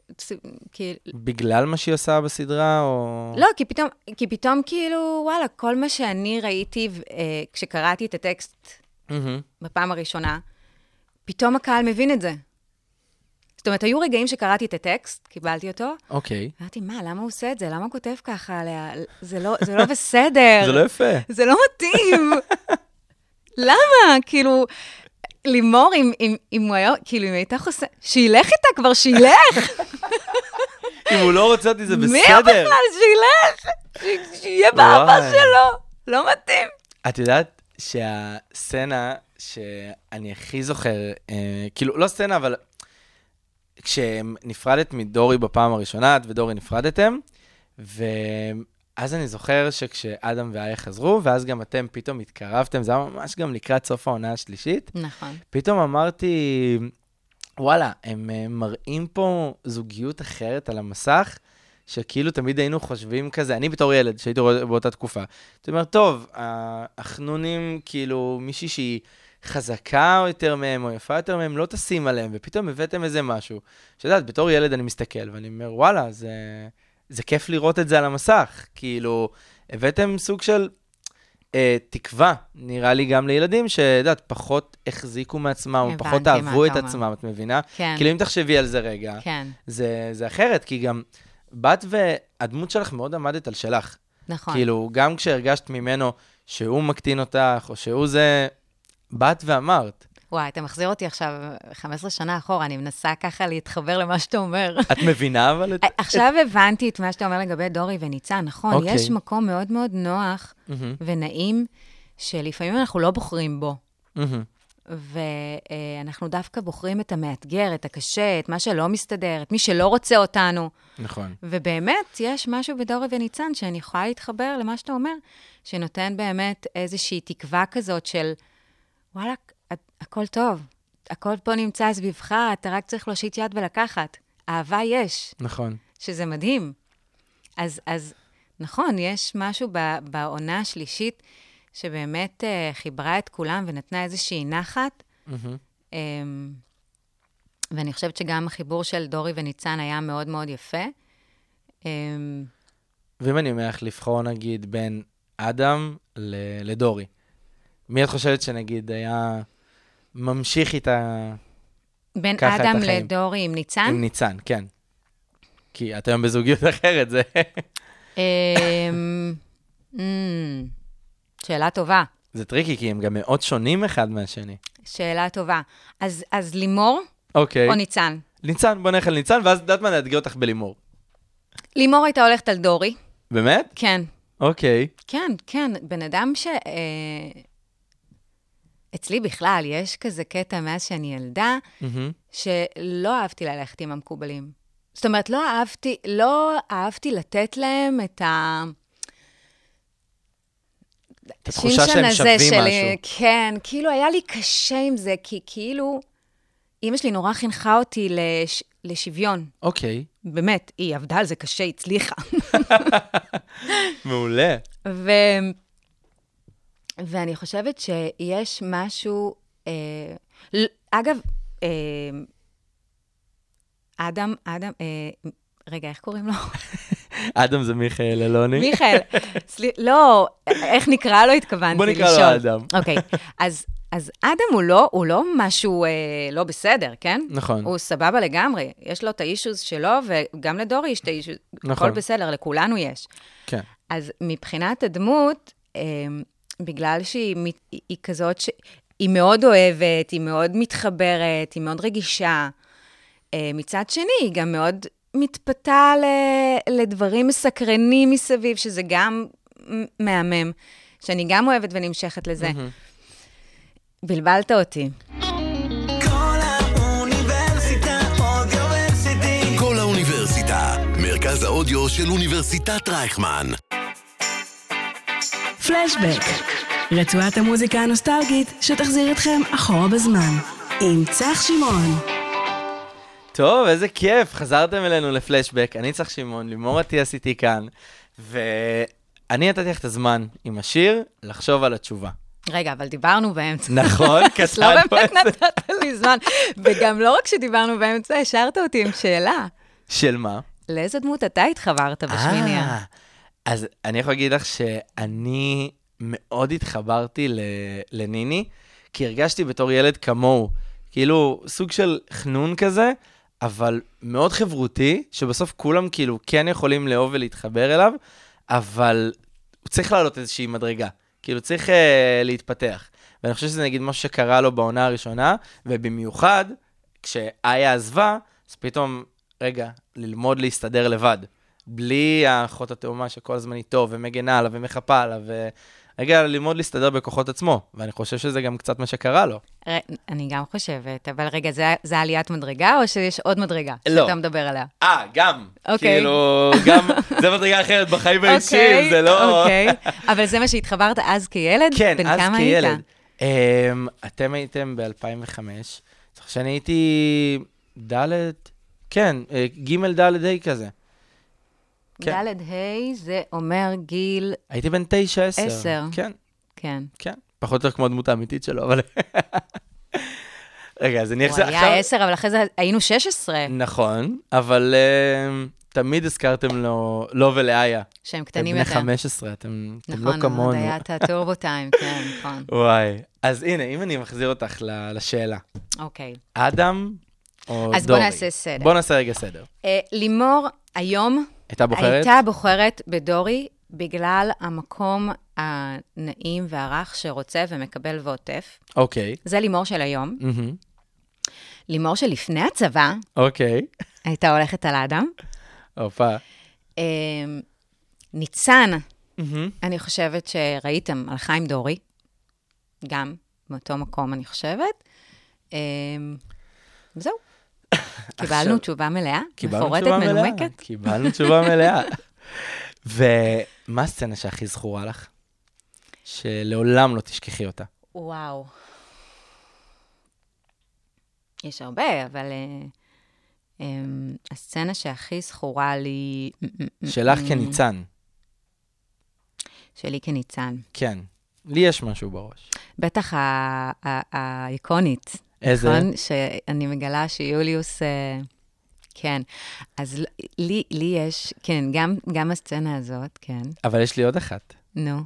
בגלל מה שהיא עושה בסדרה, או... לא, כי פתאום כאילו, וואלה, כל מה שאני ראיתי כשקראתי את הטקסט בפעם הראשונה, פתאום הקהל מבין את זה. זאת אומרת, היו רגעים שקראתי את הטקסט, קיבלתי אותו. אוקיי. אמרתי, מה, למה הוא עושה את זה? למה הוא כותב ככה עליה? זה לא בסדר. זה לא יפה. זה לא מתאים. למה? כאילו, לימור, אם הוא היה, כאילו, אם הייתה חוסה, שילך איתה כבר, שילך. אם הוא לא רוצה אותי, זה בסדר. מי הוא בכלל? שילך. שיהיה באהבה שלו. לא מתאים. את יודעת שהסצנה שאני הכי זוכר, כאילו, לא סצנה, אבל כשנפרדת מדורי בפעם הראשונה, את ודורי נפרדתם, ואז אני זוכר שכשאדם ואיה חזרו, ואז גם אתם פתאום התקרבתם, זה היה ממש גם לקראת סוף העונה השלישית. נכון. פתאום אמרתי, וואלה, הם מראים פה זוגיות אחרת על המסך, שכאילו תמיד היינו חושבים כזה, אני בתור ילד שהייתי רואה באותה תקופה, זאת אומרת, טוב, החנונים, כאילו, מישהי שהיא חזקה או יותר מהם, או יפה יותר מהם, לא תשים עליהם, ופתאום הבאתם איזה משהו. שדעת, בתור ילד אני מסתכל, ואני אומר, וואלה, זה כיף לראות את זה על המסך. כאילו, הבאתם סוג של תקווה, נראה לי גם לילדים, שדעת, פחות החזיקו מעצמם, או פחות אהבו את עצמם, את מבינה? כן. כאילו, אם תחשבי על זה רגע, כן. זה אחרת, כי גם בת והדמות שלך מאוד עמדת על שלך. נכון. כאילו, גם כשהרגשת ממנו שהוא מקטין אותך, או שהוא זה... באת ואמרת. וואי, אתה מחזיר אותי עכשיו 15 שנה אחורה, אני מנסה ככה להתחבר למה שאתה אומר. את מבינה אבל? עכשיו הבנתי את מה שאתה אומר לגבי דורי וניצן, נכון, אוקיי. יש מקום מאוד מאוד נוח ונעים, שלפעמים אנחנו לא בוחרים בו. ואנחנו דווקא בוחרים את המאתגר, את הקשה, את מה שלא מסתדר, את מי שלא רוצה אותנו. נכון. ובאמת, יש משהו בדורי וניצן שאני יכולה להתחבר למה שאתה אומר, שנותן באמת איזושהי תקווה כזאת של, וואלה, הכל טוב, הכל פה נמצא סביבך, אתה רק צריך להושיט יד ולקחת. אהבה יש. נכון. שזה מדהים. אז נכון, יש משהו בעונה השלישית, שבאמת חיברה את כולם ונתנה איזושהי נחת. ואני חושבת שגם החיבור של דורי וניצן היה מאוד מאוד יפה. ואם אני אומר לך לבחור נגיד בין אדם לדורי, מי את חושבת שנגיד היה ממשיך איתה בין ככה את החיים? אדם לדורי עם ניצן? עם ניצן, כן. כי את היום בזוגיות אחרת, זה... שאלה טובה. זה טריקי, כי הם גם מאוד שונים אחד מהשני. שאלה טובה. אז לימור אוקיי. או ניצן? ניצן, בוא נלך על ניצן, ואז דעת מה נאתגר אותך בלימור. לימור הייתה הולכת על דורי. באמת? כן. אוקיי. כן, כן. בן אדם אצלי בכלל יש כזה קטע מאז שאני ילדה, שלא אהבתי ללכת עם המקובלים. זאת אומרת, לא אהבתי לתת להם את התחושה שהם שווים משהו. כן, כאילו היה לי קשה עם זה, כי כאילו, אמא שלי נורא חינכה אותי לשוויון. אוקיי. באמת, היא עבדה על זה קשה, הצליחה. מעולה. ואני חושבת שיש משהו, אגב, אדם, רגע, איך קוראים לו? אדם זה מיכאל אלוני. מיכאל, לא, איך נקרא לו התכוונתי בוא לשאול. נקרא לו אדם. אוקיי, אז אדם הוא לא משהו לא בסדר, כן? נכון. הוא סבבה לגמרי, יש לו את האישוז שלו, וגם לדורי יש את האישוז, נכון. הכל בסדר, לכולנו יש. כן. אז מבחינת הדמות, בגלל שהיא כזאת, היא מאוד אוהבת, היא מאוד מתחברת, היא מאוד רגישה, מצד שני, היא גם מאוד מתפתה לדברים מסקרנים מסביב, שזה גם מהמם, שאני גם אוהבת ונמשכת לזה. בלבלת אותי. כל העונה מרכז האודיו של אוניברסיטת רייכמן. פלשבק, רצועת המוזיקה הנוסטלגית שתחזיר אתכם אחורה בזמן, עם צח שמעון. טוב, איזה כיף, חזרתם אלינו לפלשבק. אני צח שמעון, לימור אטיאס איתי כאן, ואני נתתי לך את הזמן עם השיר לחשוב על התשובה. רגע, אבל דיברנו באמצע. נכון, לא באמת נתת לי זמן. וגם לא רק שדיברנו באמצע, השארת אותי עם שאלה. של מה? לאיזה דמות אתה התחברת בשמיניה? אז אני יכול להגיד לך שאני מאוד התחברתי לניני, כי הרגשתי בתור ילד כמוהו, כאילו סוג של חנון כזה, אבל מאוד חברותי, שבסוף כולם כאילו כן יכולים לאהוב ולהתחבר אליו, אבל הוא צריך לעלות איזושהי מדרגה, כאילו צריך להתפתח. ואני חושב שזה נגיד משהו שקרה לו בעונה הראשונה, ובמיוחד כשאיה עזבה, אז פתאום, רגע, ללמוד להסתדר לבד. בלי האחות התאומה שכל הזמן איתו, ומגנה עליו, ומחפה עליו, רגע, ללמוד להסתדר בכוחות עצמו, ואני חושב שזה גם קצת מה שקרה לו. אני גם חושבת, אבל רגע, זה עליית מדרגה, או שיש עוד מדרגה שאתה מדבר עליה? גם. כאילו, גם, זה מדרגה אחרת בחיים האישיים, זה לא... אוקיי, אבל זה מה שהתחברת אז כילד? כן, אז כילד. היית? אתם הייתם ב-2005, צריך שאני הייתי ג' ד' ה' כזה. ד' ה' זה אומר גיל... הייתי בן 9-10. 10. כן. כן. כן. פחות או יותר כמו הדמות האמיתית שלו, אבל... רגע, אז אני עכשיו... הוא היה 10, אבל אחרי זה היינו 16. נכון, אבל תמיד הזכרתם לו ולאיה. שהם קטנים יותר. אתם בני 15, אתם לא כמונו. נכון, עוד היה את הטורבו טיים, כן, נכון. וואי. אז הנה, אם אני מחזיר אותך לשאלה. אוקיי. אדם או דורי? אז בוא נעשה סדר. בוא נעשה רגע סדר. לימור היום... הייתה בוחרת בדורי בגלל המקום הנעים והרך שרוצה ומקבל ועוטף. אוקיי. זה לימור של היום. לימור של לפני הצבא. אוקיי. הייתה הולכת על האדם. אופה. ניצן, אני חושבת שראיתם על חיים דורי. גם באותו מקום, אני חושבת. וזהו. קיבלנו תשובה מלאה? מפורטת, מנומקת? קיבלנו תשובה מלאה. ומה הסצנה שהכי זכורה לך? שלעולם לא תשכחי אותה. וואו. יש הרבה, אבל הסצנה שהכי זכורה לי... שלך כניצן. שלי כניצן. כן. לי יש משהו בראש. בטח האיקונית. איזה? נכון? שאני מגלה שיוליוס, כן. אז לי יש, כן, גם הסצנה הזאת, כן. אבל יש לי עוד אחת. נו.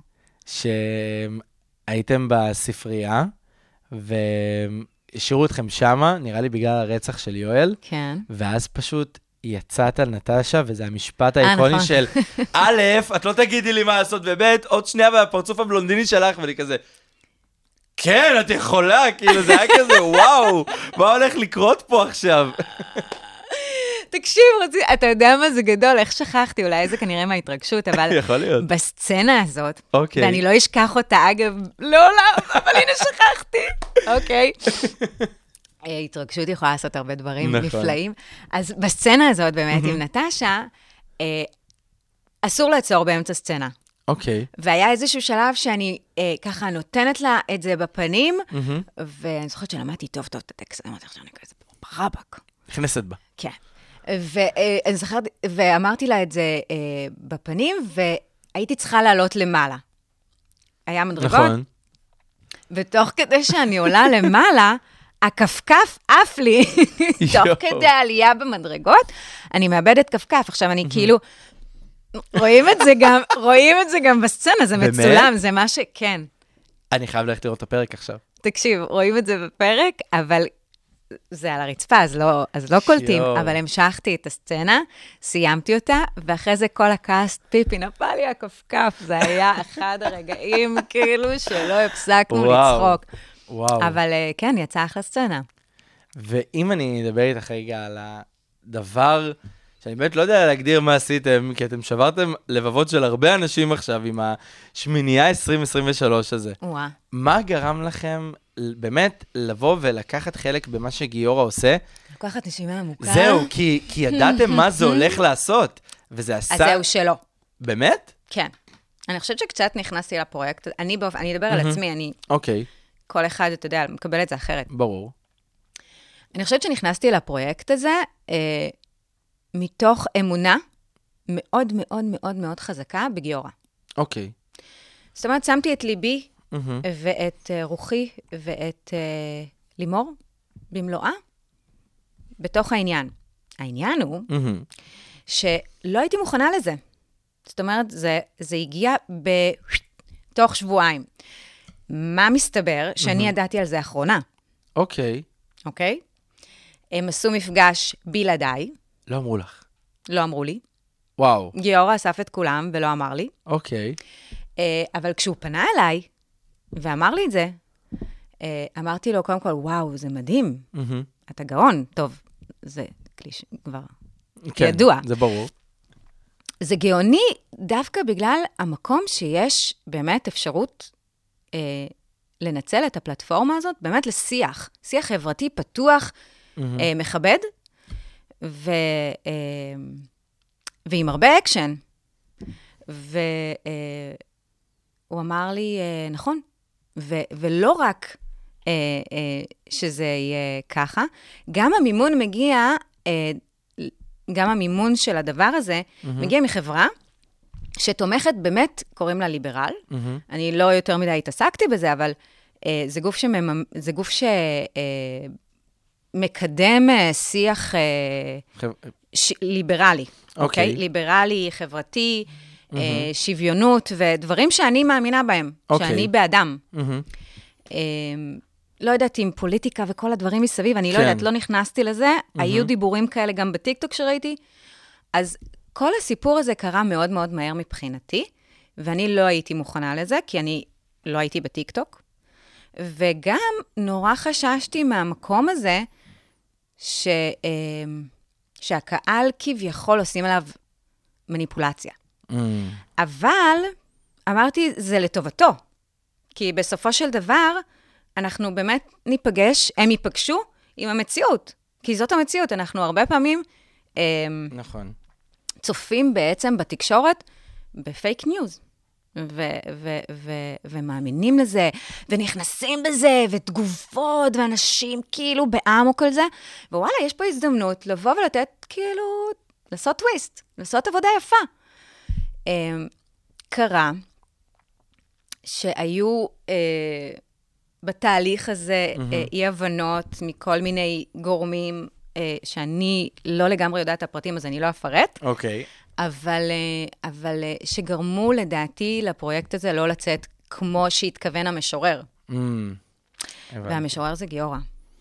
שהייתם בספרייה, והשאירו אתכם שמה, נראה לי בגלל הרצח של יואל. כן. ואז פשוט יצאת על נטשה, וזה המשפט האיקוני נכון. של, א', את לא תגידי לי מה לעשות, וב', עוד שנייה והפרצוף הבלונדיני שלך, ואני כזה... כן, את יכולה, כאילו זה היה כזה, וואו, מה הולך לקרות פה עכשיו? תקשיב, אתה יודע מה זה גדול, איך שכחתי, אולי זה כנראה מההתרגשות, אבל בסצנה הזאת, ואני לא אשכח אותה, אגב, לעולם, אבל הנה שכחתי, אוקיי. התרגשות יכולה לעשות הרבה דברים נפלאים. אז בסצנה הזאת, באמת, עם נטשה, אסור לעצור באמצע סצנה. אוקיי. והיה איזשהו שלב שאני ככה נותנת לה את זה בפנים, ואני זוכרת שלמדתי טוב את הטקסט, אמרתי עכשיו אני כזה ברבק. נכנסת בה. כן. ואני זוכרת, ואמרתי לה את זה בפנים, והייתי צריכה לעלות למעלה. היה מדרגות. נכון. ותוך כדי שאני עולה למעלה, הכפכף עף לי, תוך כדי העלייה במדרגות, אני מאבדת כפכף. עכשיו אני כאילו... רואים את זה גם בסצנה, זה מצולם, זה מה כן. אני חייב ללכת לראות את הפרק עכשיו. תקשיב, רואים את זה בפרק, אבל זה על הרצפה, אז לא קולטים, אבל המשכתי את הסצנה, סיימתי אותה, ואחרי זה כל הקאסט, פיפי נפל לי הכפכף, זה היה אחד הרגעים כאילו שלא הפסקנו לצחוק. אבל כן, יצא אחלה סצנה. ואם אני אדבר איתך רגע על הדבר... שאני באמת לא יודע להגדיר מה עשיתם, כי אתם שברתם לבבות של הרבה אנשים עכשיו עם השמינייה 2023 הזה. מה גרם לכם באמת לבוא ולקחת חלק במה שגיורא עושה? לקחת נשימה עמוקה. זהו, כי ידעתם מה זה הולך לעשות. וזה עשה... אז זהו שלו. באמת? כן. אני חושבת שקצת נכנסתי לפרויקט, אני אדבר על עצמי, אני... אוקיי. כל אחד, אתה יודע, מקבל את זה אחרת. ברור. אני חושבת שנכנסתי לפרויקט הזה מתוך אמונה מאוד מאוד מאוד מאוד חזקה בגיורא. אוקיי. זאת אומרת, שמתי את ליבי ואת רוחי ואת לימור במלואה בתוך העניין. העניין הוא שלא הייתי מוכנה לזה. זאת אומרת, זה הגיע בתוך שבועיים. מה מסתבר? שאני ידעתי על זה אחרונה. אוקיי. אוקיי? הם עשו מפגש בלעדיי. לא אמרו לך. לא אמרו לי. וואו. גיורא אסף את כולם ולא אמר לי. אוקיי. אבל כשהוא פנה אליי ואמר לי את זה, אמרתי לו קודם כל, וואו, זה מדהים. אתה גאון. טוב, זה כבר ידוע. זה ברור. זה גאוני דווקא בגלל המקום שיש באמת אפשרות לנצל את הפלטפורמה הזאת, באמת לשיח. שיח חברתי פתוח, מכבד, ועם הרבה אקשן. והוא אמר לי, נכון, ולא רק שזה יהיה ככה, גם המימון מגיע, גם המימון של הדבר הזה, מגיע מחברה שתומכת באמת, קוראים לה ליברל. אני לא יותר מדי התעסקתי בזה, אבל זה גוף שמקדם שיח ליברלי. אוקיי? ליברלי, חברתי, שוויונות, ודברים שאני מאמינה בהם, שאני באדם. לא יודעת אם פוליטיקה וכל הדברים מסביב, אני לא יודעת, לא נכנסתי לזה, היו דיבורים כאלה גם בטיקטוק שראיתי, אז כל הסיפור הזה קרה מאוד מאוד מהר מבחינתי, ואני לא הייתי מוכנה לזה, כי אני לא הייתי בטיקטוק, וגם נורא חששתי מהמקום הזה, שהקהל כביכול עושים עליו מניפולציה. אבל אמרתי, זה לטובתו, כי בסופו של דבר, אנחנו באמת ניפגש, הם ייפגשו עם המציאות, כי זאת המציאות, אנחנו הרבה פעמים נכון. צופים בעצם בתקשורת בפייק ניוז, ומאמינים לזה, ונכנסים בזה, ותגובות, ואנשים כאילו באמוק על זה, ווואלה, יש פה הזדמנות לבוא ולתת כאילו, לעשות טוויסט, לעשות עבודה יפה. קרה שהיו בתהליך הזה אי-הבנות מכל מיני גורמים, שאני לא לגמרי יודעת את הפרטים, אז אני לא אפרט. אוקיי. אבל שגרמו לדעתי לפרויקט הזה לא לצאת כמו שהתכוון המשורר. והמשורר זה גיורא.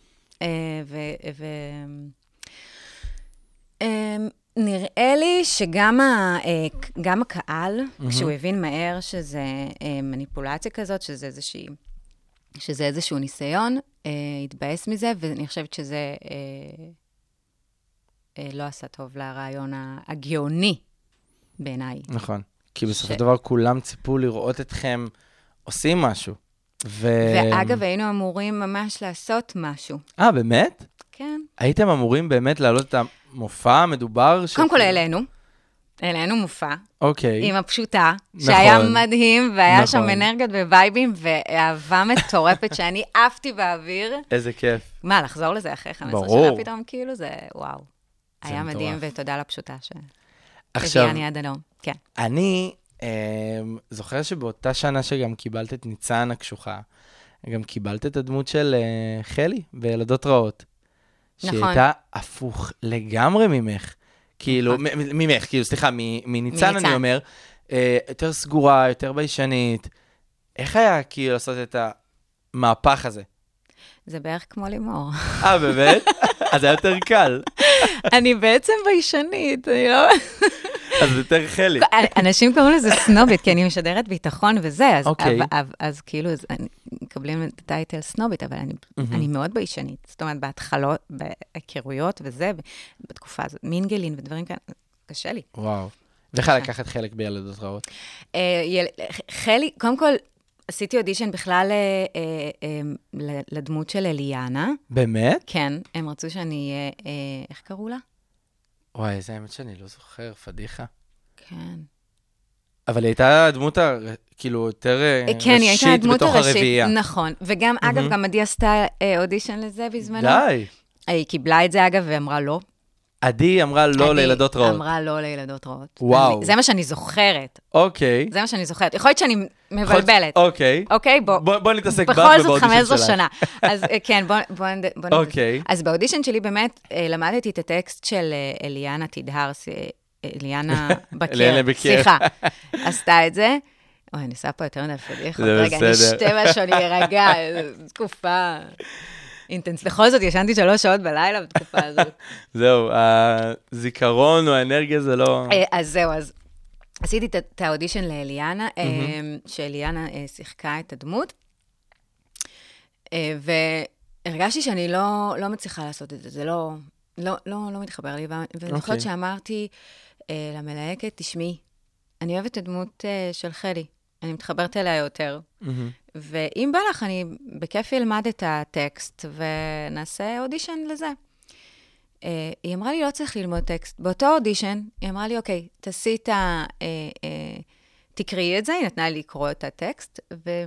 נראה לי שגם הקהל, כשהוא הבין מהר שזה מניפולציה כזאת, שזה איזשהו ניסיון, התבאס מזה, ואני חושבת שזה לא עשה טוב לרעיון הגאוני בעיניי. נכון, כי בסופו של דבר כולם ציפו לראות אתכם עושים משהו. ואגב, היינו אמורים ממש לעשות משהו. באמת? כן. הייתם אמורים באמת להעלות את המופע המדובר? קודם כל העלינו מופע. אוקיי. עם הפשוטה, שהיה מדהים, והיה שם אנרגיות ווייבים, ואהבה מטורפת שאני עפתי באוויר. איזה כיף. מה, לחזור לזה אחרי 15 שנה פתאום, כאילו זה, וואו. היה מדהים, ותודה לפשוטה שהגיעה אני עד הלום. כן. אני זוכר שבאותה שנה שגם קיבלת את ניצן הקשוחה, גם קיבלת את הדמות של חלי בילדות רעות. נכון. שהייתה הפוך לגמרי ממך. כאילו, ממך, כאילו, סליחה, מניצן אני אומר, יותר סגורה, יותר ביישנית. איך היה כאילו לעשות את המהפך הזה? זה בערך כמו לימור. באמת? אז זה יותר קל. אני בעצם ביישנית, אני לא... אז זה יותר חלי. אנשים קוראים לזה סנובית, כי אני משדרת ביטחון וזה, אז כאילו, מקבלים את הטייטל סנובית, אבל אני מאוד ביישנית. זאת אומרת, בהתחלות, בהיכרויות וזה, בתקופה הזאת, מינגלין ודברים כאלה, קשה לי. וואו. ואיך לקחת חלק בילדות רעות? חלי, קודם כל, עשיתי אודישן בכלל לדמות של אליאנה. באמת? כן, הם רצו שאני אהיה, איך קראו לה? וואי, איזה האמת שאני לא זוכר, פדיחה. כן. אבל היא הייתה הדמות כאילו יותר כן, היא הייתה ראשית הדמות בתוך הראשית, הרביעייה. נכון. וגם, אגב, גם עדי עשתה אודישן לזה בזמנו. די. היא קיבלה את זה, אגב, ואמרה לא. עדי אמרה לא לילדות רעות. עדי אמרה לא לילדות רעות. וואו. זה מה שאני זוכרת. אוקיי. זה מה שאני זוכרת. יכול להיות שאני מבלבלת. אוקיי. אוקיי, בוא נתעסק בך בכל זאת ובאודישן 15 שלך. שנה. אז כן, בוא נתעסק. אוקיי. אז באודישן שלי באמת למדתי את הטקסט של אליאנה תדהר, אליאנה אליאנה בקר, בקר. סליחה, עשתה את זה. אוי, אני עושה פה יותר מדי פדיחות. זה רגע, אני בסדר. אשתה משהו, אני ארגע, תקופה אינטנס. בכל זאת, ישנתי 3 שעות בלילה בתקופה הזאת. זהו, הזיכרון או האנרגיה זה לא... אז זהו, אז עשיתי את האודישן לאליאנה, שאליאנה שיחקה את הדמות, והרגשתי שאני לא מצליחה לעשות את זה, זה לא מתחבר לי, ואני חושבת שאמרתי למלהקת, תשמעי, אני אוהבת את הדמות של חלי, אני מתחברת אליה יותר, ואם בא לך, אני בכיף אלמד את הטקסט, ונעשה אודישן לזה. היא אמרה לי, לא צריך ללמוד טקסט. באותו אודישן, היא אמרה לי, אוקיי, תקראי את זה, היא נתנה לי לקרוא את הטקסט,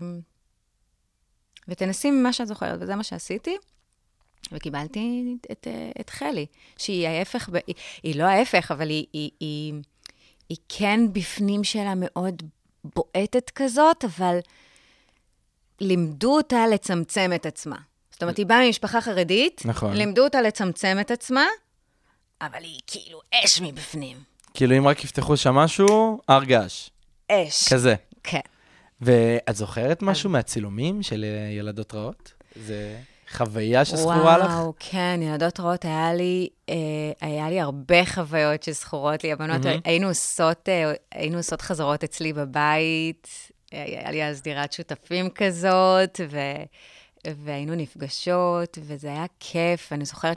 ותנסי ממה שאת זוכרת, וזה מה שעשיתי, וקיבלתי את חלי, שהיא ההפך, היא לא ההפך, אבל היא כן בפנים שלה מאוד בועטת כזאת, אבל לימדו אותה לצמצם את עצמה. זאת אומרת, היא באה ממשפחה חרדית, נכון. לימדו אותה לצמצם את עצמה, אבל היא כאילו אש מבפנים. כאילו אם רק יפתחו שם משהו, הרגש. אש. כזה. כן. ואת זוכרת משהו מהצילומים של ילדות רעות? זה חוויה שזכורה לך? וואו, כן, ילדות רעות, היה לי הרבה חוויות שזכורות לי. הבנות, היינו עושות חזרות אצלי בבית, היה לי אז דירת שותפים כזאת, והיינו נפגשות, וזה היה כיף. אני זוכרת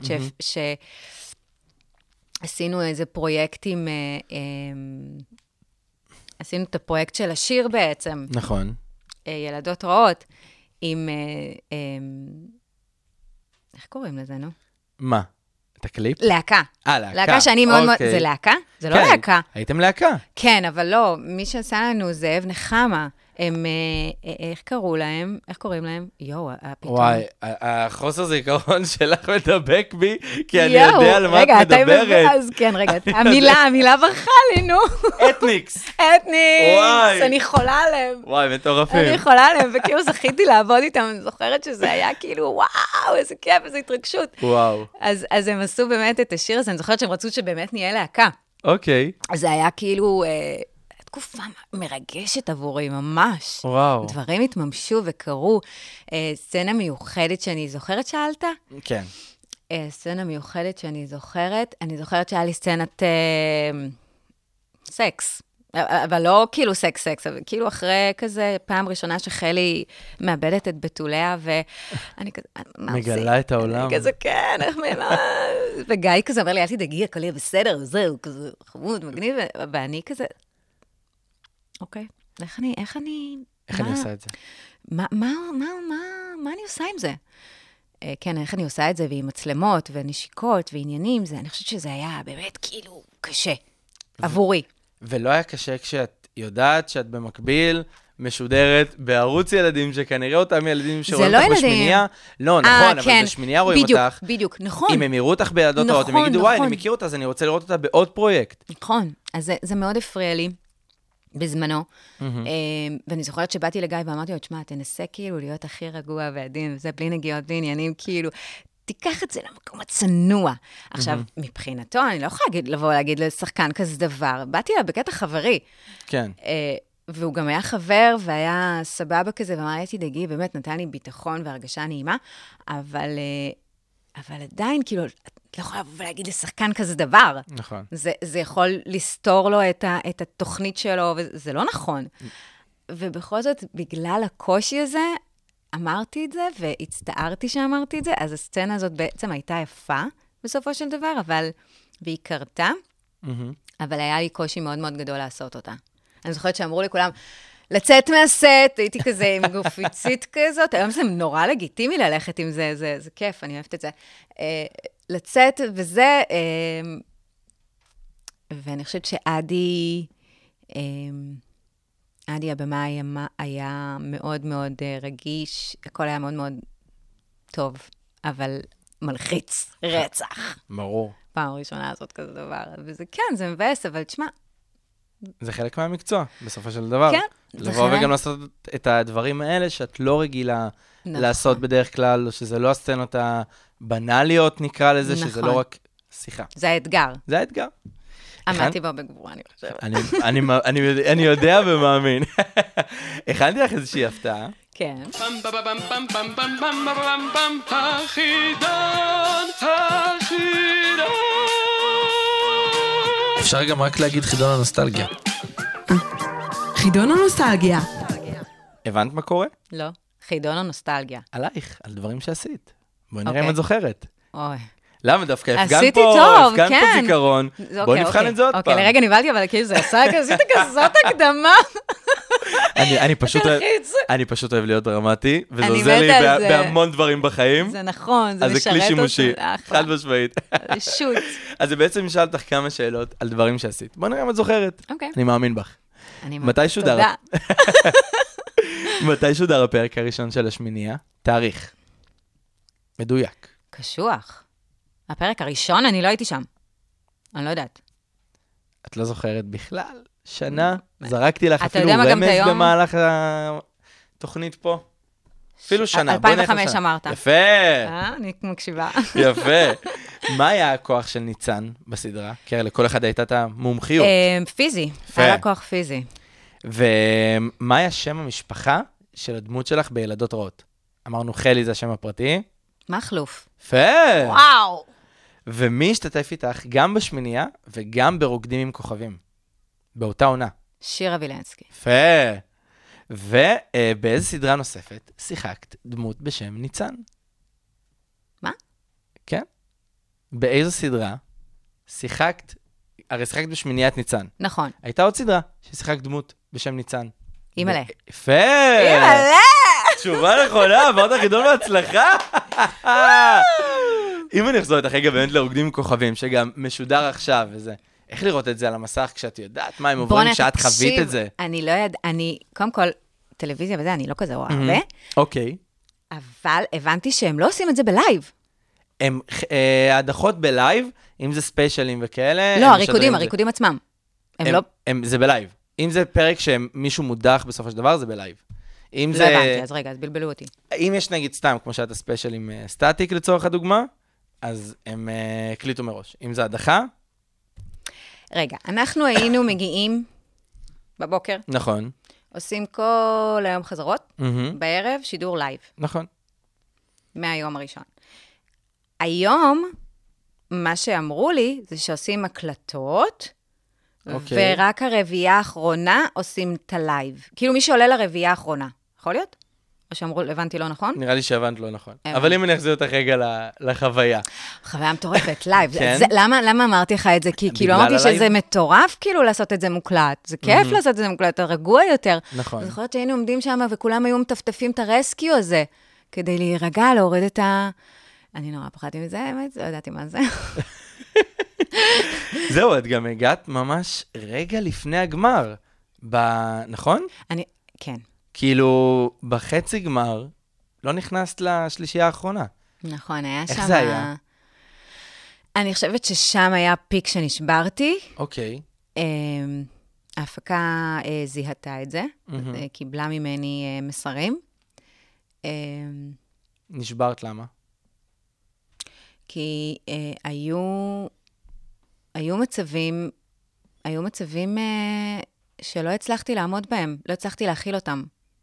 שעשינו איזה פרויקטים, עשינו את הפרויקט של השיר בעצם. נכון. ילדות רעות, עם... איך קוראים לזה, נו? מה? את הקליפ? להקה. להקה. להקה שאני מאוד מאוד... זה להקה? זה לא להקה. הייתם להקה. כן, אבל לא. מי שעשה לנו זה זאב נחמה. הם, איך קראו להם? איך קוראים להם? יואו, פתאום. וואי, החוסר זיכרון שלך מדבק בי, כי אני יודע על מה את מדברת. אז כן, רגע, המילה ברחה לי, נו. אתניקס. אתניקס, אני חולה עליהם. וואי, מטורפים. אני חולה עליהם, וכאילו זכיתי לעבוד איתם, אני זוכרת שזה היה כאילו, וואו, איזה כיף, איזה התרגשות. וואו. אז הם עשו באמת את השיר הזה, אני זוכרת שהם רצו שבאמת נהיה להקה. אוקיי. אז זה היה כאילו... תקופה מרגשת עבורי, ממש. וואו. דברים התממשו וקרו. סצנה מיוחדת שאני זוכרת, שאלת? כן. סצנה מיוחדת שאני זוכרת. אני זוכרת שהיה לי סצנת סקס. אבל לא כאילו סקס, אבל כאילו אחרי כזה פעם ראשונה שחלי מאבדת את בתוליה, ואני כזה, מה עושים? מגלה את העולם. כזה, כן, איך מה... וגיא כזה אומר לי, אל תדאגי, הכל יהיה בסדר, זהו, כזה חמוד, מגניב, ואני כזה... אוקיי, איך אני עושה את זה? מה אני עושה עם זה? כן, איך אני עושה את זה, ועם מצלמות, ונשיקות, ועניינים, אני חושבת שזה היה באמת כאילו קשה, עבורי. ולא היה קשה כשאת יודעת שאת במקביל משודרת בערוץ ילדים, שכנראה אותם ילדים שרואים אותך בשמינייה. לא, נכון, אבל בשמינייה רואים אותך. בדיוק, נכון. אם הם יראו אותך בילדות רעות, הם יגידו, וואי, אני מכיר אותה, אז אני רוצה לראות אותה בעוד פרויקט. נכון, אז זה מאוד הפריע לי. בזמנו, ואני זוכרת שבאתי לגיא ואמרתי לו, תשמע, תנסה כאילו להיות הכי רגוע ועדין, וזה בלי נגיעות, בלי עניינים, כאילו, תיקח את זה למקום הצנוע. עכשיו, מבחינתו, אני לא יכולה לבוא להגיד לשחקן כזה דבר, באתי לה בקטע חברי. כן. והוא גם היה חבר, והיה סבבה כזה, ואמר לי, תדאגי, באמת נתן לי ביטחון והרגשה נעימה, אבל עדיין, כאילו, את לא יכולה להגיד לשחקן כזה דבר. נכון. זה יכול לסתור לו את התוכנית שלו, וזה לא נכון. ובכל זאת, בגלל הקושי הזה, אמרתי את זה, והצטערתי שאמרתי את זה, אז הסצנה הזאת בעצם הייתה יפה, בסופו של דבר, והיא קרתה, אבל היה לי קושי מאוד מאוד גדול לעשות אותה. אני זוכרת שאמרו לכולם, לצאת מהסט, הייתי כזה עם גופיצית כזאת, היום זה נורא לגיטימי ללכת עם זה, זה כיף, אני אוהבת את זה. לצאת, וזה, ואני חושבת שעדי עדי הבמאי היה מאוד מאוד רגיש, הכל היה מאוד מאוד טוב, אבל מלחיץ, רצח. ברור. פעם ראשונה לעשות כזה דבר, וזה כן, זה מבאס, אבל תשמע. זה חלק מהמקצוע, בסופו של דבר. כן, זה לבוא חלק. וגם לעשות את הדברים האלה שאת לא רגילה לעשות בדרך כלל, או שזה לא הסצנות הבנאליות, נקרא לזה, שזה לא רק שיחה. זה האתגר. זה האתגר. עמדתי בו בגבורה, אני חושבת. אני יודע ומאמין. הכנתי לך איזושהי הפתעה. כן. אפשר גם רק להגיד חידון הנוסטלגיה. חידון הנוסטלגיה. הבנת מה קורה? לא. חידון הנוסטלגיה. עלייך, על דברים שעשית. בואי נראה אם את זוכרת. אוי. למה דווקא הפגנת עשיתי פה, טוב, הפגנת כן. פה זיכרון. בואי נבחן את זה עוד פעם. אוקיי, לרגע נבלתי, אבל כאילו זה עשה עשית כזאת הקדמה. אני פשוט אוהב להיות דרמטי, וזה אני עוזר לי מתה על זה. בהמון דברים בחיים. זה נכון, זה אז זה משרת כלי אותי. שימושי, אחלה. חד משמעית. שוט. אז זה בעצם נשאל אותך כמה שאלות על דברים שעשית. בוא נראה אם את זוכרת. אוקיי. אני מאמין בך. אני מתי שודר? תודה. מתי שודר הפרק הראשון של השמינייה? תאריך. מדויק. קשוח. הפרק הראשון, אני לא הייתי שם. אני לא יודעת. את לא זוכרת בכלל? שנה? זרקתי לך אתה אפילו יודע מה, גם את רמז היום? במהלך התוכנית פה. אפילו שנה. בואי נלך 2005 לשנה. אמרת. יפה, אני מקשיבה. יפה. מה היה הכוח של ניצן בסדרה? כי לכל אחד הייתה את המומחיות. פיזי. יפה. היה כוח פיזי. ומה היה שם המשפחה של הדמות שלך בילדות רעות? אמרנו חלי זה השם הפרטי. מחלוף. יפה. וואו. ומי השתתף איתך גם בשמינייה וגם ברוקדים עם כוכבים? באותה עונה. שירה וילנסקי. יפה. ובאיזה סדרה נוספת שיחקת דמות בשם ניצן? מה? כן. באיזו סדרה שיחקת, הרי שיחקת בשמיניית ניצן. נכון. הייתה עוד סדרה ששיחקת דמות בשם ניצן. אימא'לה. יפה. אימא'לה! תשובה נכונה, עברת חידון בהצלחה. אם אני אחזור איתך רגע באמת לרוקדים עם כוכבים, שגם משודר עכשיו וזה, איך לראות את זה על המסך כשאת יודעת מה הם עוברים, כשאת חווית את זה? אני לא אני, קודם כל, טלוויזיה וזה, אני לא כזה רואה הרבה, אוקיי. אבל הבנתי שהם לא עושים את זה בלייב. הם הדחות בלייב, אם זה ספיישלים וכאלה. לא, הריקודים עצמם. הם לא... זה בלייב. אם זה פרק שמישהו מודח בסופו של דבר, זה בלייב. אם לא זה... הבנתי, אז רגע, אז בלבלו אותי. אם יש נגיד סתם, כמו שאת הספיישל עם סטטיק לצורך הדוגמה, אז הם הקליטו מראש. אם זה הדחה... רגע, אנחנו היינו מגיעים בבוקר, נכון. עושים כל היום חזרות, בערב שידור לייב, נכון. מהיום הראשון. היום, מה שאמרו לי, זה שעושים הקלטות, אוקיי. ורק הרביעייה האחרונה עושים את הלייב. כאילו מי שעולה לרביעייה האחרונה. יכול להיות? או שאמרו, הבנתי לא נכון? נראה לי שהבנת לא נכון. אבל אם אני אחזיר אותך רגע לחוויה. חוויה מטורפת, לייב. כן? למה אמרתי לך את זה? כי כאילו אמרתי שזה מטורף כאילו לעשות את זה מוקלט. זה כיף לעשות את זה מוקלט, אתה רגוע יותר. נכון. אז יכול להיות שהיינו עומדים שם וכולם היו מטפטפים את הרסקיו הזה, כדי להירגע, להוריד את ה... אני נורא פחדתי מזה, האמת, לא ידעתי מה זה. זהו, את גם הגעת ממש רגע לפני הגמר. נכון? כן. כאילו, בחצי גמר, לא נכנסת לשלישייה האחרונה. נכון, היה שם... איך זה היה? אני חושבת ששם היה פיק שנשברתי. אוקיי. ההפקה זיהתה את זה, קיבלה ממני מסרים. נשברת למה? כי היו מצבים שלא הצלחתי לעמוד בהם, לא הצלחתי להכיל אותם.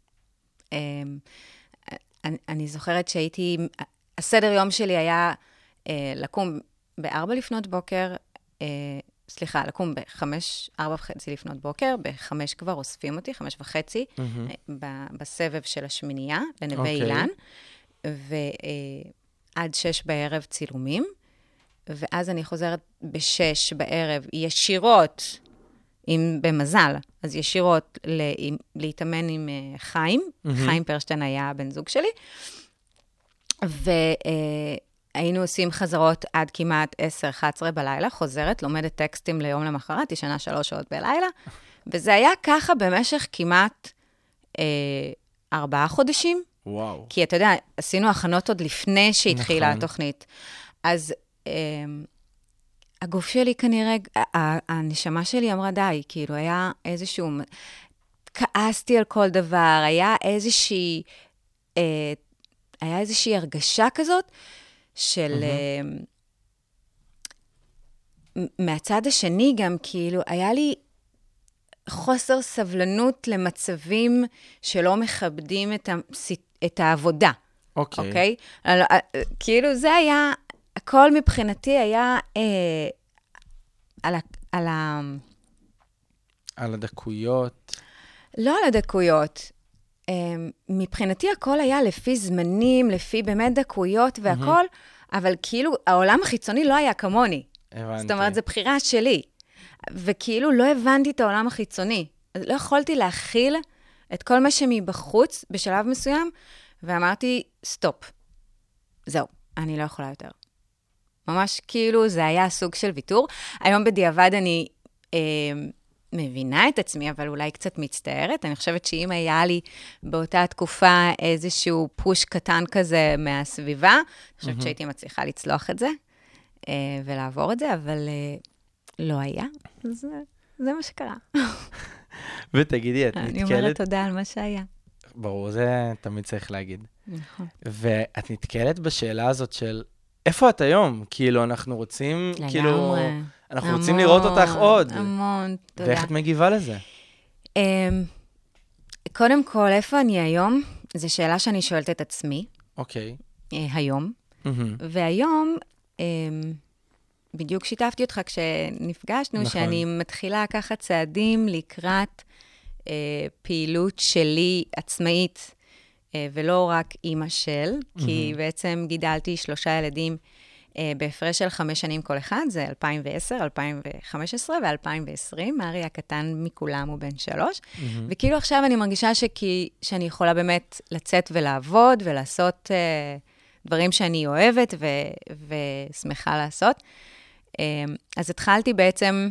אני זוכרת שהייתי, הסדר יום שלי היה לקום ב-4 לפנות בוקר, לקום ב-4:30 לפנות בוקר, ב-5 כבר אוספים אותי, 5:30, בסבב של השמינייה, לנווה אילן, ועד 6 בערב צילומים, ואז אני חוזרת ב-6 בערב ישירות, במזל, אז ישירות להתאמן עם חיים, חיים פרשטיין היה הבן זוג שלי, והיינו עושים חזרות עד כמעט 10-11 בלילה, חוזרת, לומדת טקסטים ליום למחרת, ישנה 3 שעות בלילה, וזה היה ככה במשך כמעט 4 חודשים. וואו. כי אתה יודע, עשינו הכנות עוד לפני שהתחילה התוכנית. אז הגוף שלי כנראה, הנשמה שלי אמרה די, כאילו היה איזשהו, כעסתי על כל דבר, היה איזושהי הרגשה כזאת של, מהצד השני גם כאילו, היה לי חוסר סבלנות למצבים שלא מכבדים את העבודה. אוקיי? כאילו זה היה, הכל מבחינתי היה על הדקויות. לא על הדקויות. מבחינתי הכל היה לפי זמנים, לפי באמת דקויות והכל, אבל כאילו העולם החיצוני לא היה כמוני. הבנתי. זאת אומרת, זו בחירה שלי. וכאילו לא הבנתי את העולם החיצוני. אז לא יכולתי להכיל את כל מה שמבחוץ בשלב מסוים, ואמרתי, סטופ. זהו, אני לא יכולה יותר. ממש כאילו זה היה סוג של ויתור. היום בדיעבד אני מבינה את עצמי, אבל אולי קצת מצטערת. אני חושבת שאם היה לי באותה תקופה איזשהו פוש קטן כזה מהסביבה, אני חושבת שהייתי מצליחה לצלוח את זה, ולעבור את זה, אבל לא היה. אז זה מה שקרה. ותגידי, את נתקלת... אני אומרת תודה על מה שהיה. ברור, זה תמיד צריך להגיד. נכון. ואת נתקלת בשאלה הזאת של, איפה את היום? כאילו, אנחנו רוצים, כאילו... אנחנו רוצים לראות אותך עוד. המון, תודה. ואיך את מגיבה לזה? קודם כל, איפה אני היום? זו שאלה שאני שואלת את עצמי. אוקיי. היום. והיום, בדיוק שיתפתי אותך כשנפגשנו, שאני מתחילה לקחת צעדים לקראת פעילות שלי עצמאית, ולא רק אימא של, כי בעצם גידלתי 3 ילדים בהפרש של 5 שנים כל אחד, זה 2010, 2015 ו-2020, מארי הקטן מכולם הוא בן 3, וכאילו עכשיו אני מרגישה שאני יכולה באמת לצאת ולעבוד ולעשות דברים שאני אוהבת ושמחה לעשות. אז התחלתי בעצם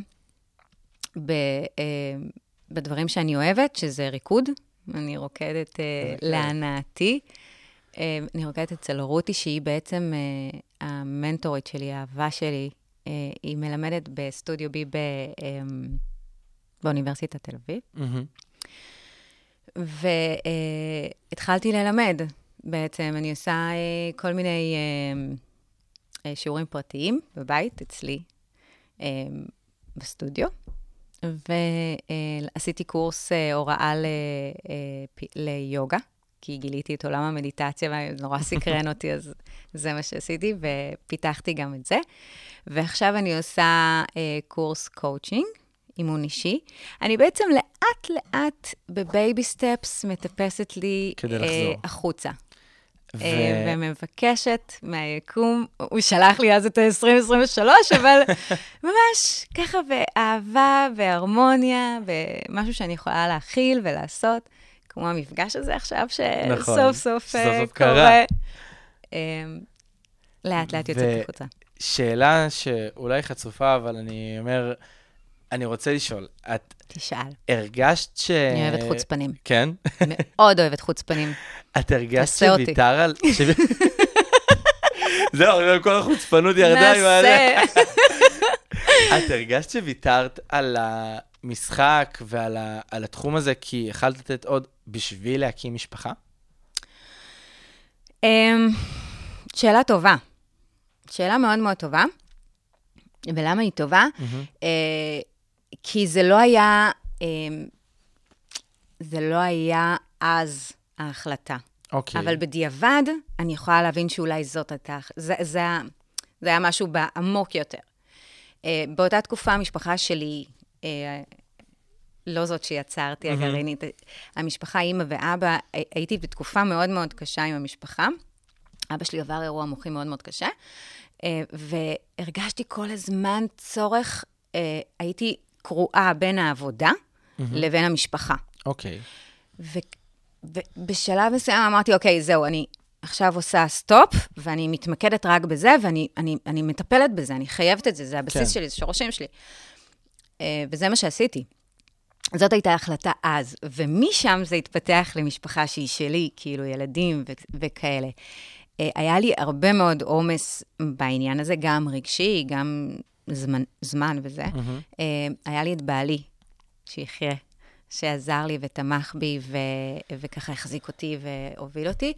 בדברים שאני אוהבת, שזה ריקוד. אני רוקדת להנאתי. אני רוקדת אצל רותי, שהיא בעצם המנטורית שלי, האהבה שלי. היא מלמדת בסטודיו בי באוניברסיטת תל אביב. והתחלתי ללמד. בעצם אני עושה כל מיני שיעורים פרטיים בבית, אצלי, בסטודיו. ועשיתי קורס הוראה ליוגה, כי גיליתי את עולם המדיטציה, ונורא סקרן אותי, אז זה מה שעשיתי, ופיתחתי גם את זה. ועכשיו אני עושה קורס קואוצ'ינג, אימון אישי. אני בעצם לאט בבייבי סטפס מטפסת לי החוצה. ומבקשת מהיקום, הוא שלח לי אז את ה-2023, אבל ממש ככה באהבה והרמוניה, ומשהו שאני יכולה להכיל ולעשות, כמו המפגש הזה עכשיו, שסוף סוף קורה. לאט לאט יוצאת החוצה. שאלה שאולי חצופה, אבל אני אומר, אני רוצה לשאול, את... תשאל. הרגשת אני אוהבת חוצפנים. כן? מאוד אוהבת חוצפנים. את הרגשת שוויתר על... זהו, כל החוצפנות ירדה עם הזה. את הרגשת שוויתרת על המשחק ועל התחום הזה, כי יכלת לתת עוד בשביל להקים משפחה? שאלה טובה. שאלה מאוד מאוד טובה. ולמה היא טובה? כי זה לא היה אז ההחלטה. אוקיי. אבל בדיעבד, אני יכולה להבין שאולי זאת הייתה, זה היה משהו בעמוק יותר. באותה תקופה, המשפחה שלי, לא זאת שיצרתי, הגרעינית, המשפחה, אמא ואבא, הייתי בתקופה מאוד מאוד קשה עם המשפחה. אבא שלי עבר אירוע מוחי מאוד מאוד קשה, והרגשתי כל הזמן צורך, הייתי קרועה בין העבודה לבין המשפחה. אוקיי. ובשלב מסוים אמרתי, אוקיי, זהו, אני עכשיו עושה סטופ, ואני מתמקדת רק בזה, ואני מטפלת בזה, אני חייבת את זה, זה הבסיס שלי, זה שורשים שלי. וזה מה שעשיתי. זאת הייתה החלטה אז, ומשם זה התפתח למשפחה שהיא שלי, כאילו ילדים וכאלה. היה לי הרבה מאוד עומס בעניין הזה, גם רגשי, גם זמן וזה. היה לי את בעלי, שיחיה, שעזר לי ותמך בי, וככה החזיק אותי והוביל אותי.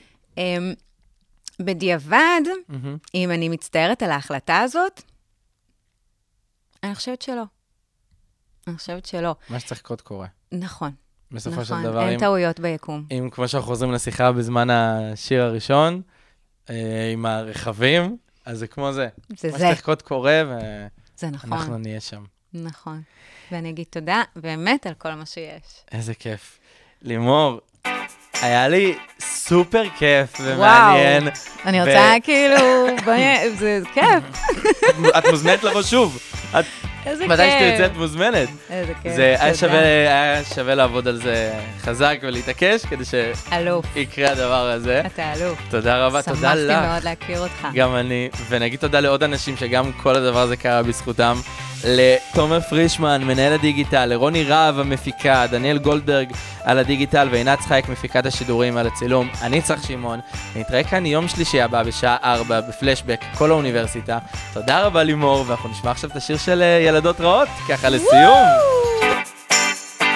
בדיעבד, אם אני מצטערת על ההחלטה הזאת, אני חושבת שלא. אני חושבת שלא. מה שצריך לקרות קורה. נכון. בסופו של דבר, אין טעויות ביקום. אם כמו שאנחנו חוזרים לשיחה בזמן השיר הראשון, עם הרכבים, אז זה כמו זה. זה מה שצריך לקרות קורה, זה נכון. ואנחנו נהיה שם. נכון. ואני אגיד תודה באמת על כל מה שיש. איזה כיף. לימור, היה לי סופר כיף ומעניין. וואו, אני רוצה כאילו, זה כיף. את מוזמנת לבוא שוב. איזה כיף. מתי שתרצה את מוזמנת. איזה כיף. זה היה שווה לעבוד על זה חזק ולהתעקש, כדי שיקרה הדבר הזה. אתה אלוף. תודה רבה, תודה לך. שמחתי מאוד להכיר אותך. גם אני, ונגיד תודה לעוד אנשים שגם כל הדבר הזה קרה בזכותם. לתומר פרישמן, מנהל הדיגיטל, לרוני רב המפיקה, דניאל גולדברג על הדיגיטל, ועינת צחייק מפיקת השידורים על הצילום. אני צח שמעון, נתראה כאן יום שלישי הבא בשעה 4 בפלשבק, כל האוניברסיטה. תודה רבה לימור, ואנחנו נשמע עכשיו את השיר של ילדות רעות, ככה לסיום.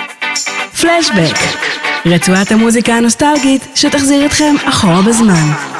פלשבק, רצועת המוזיקה הנוסטלגית שתחזיר אתכם אחורה בזמן.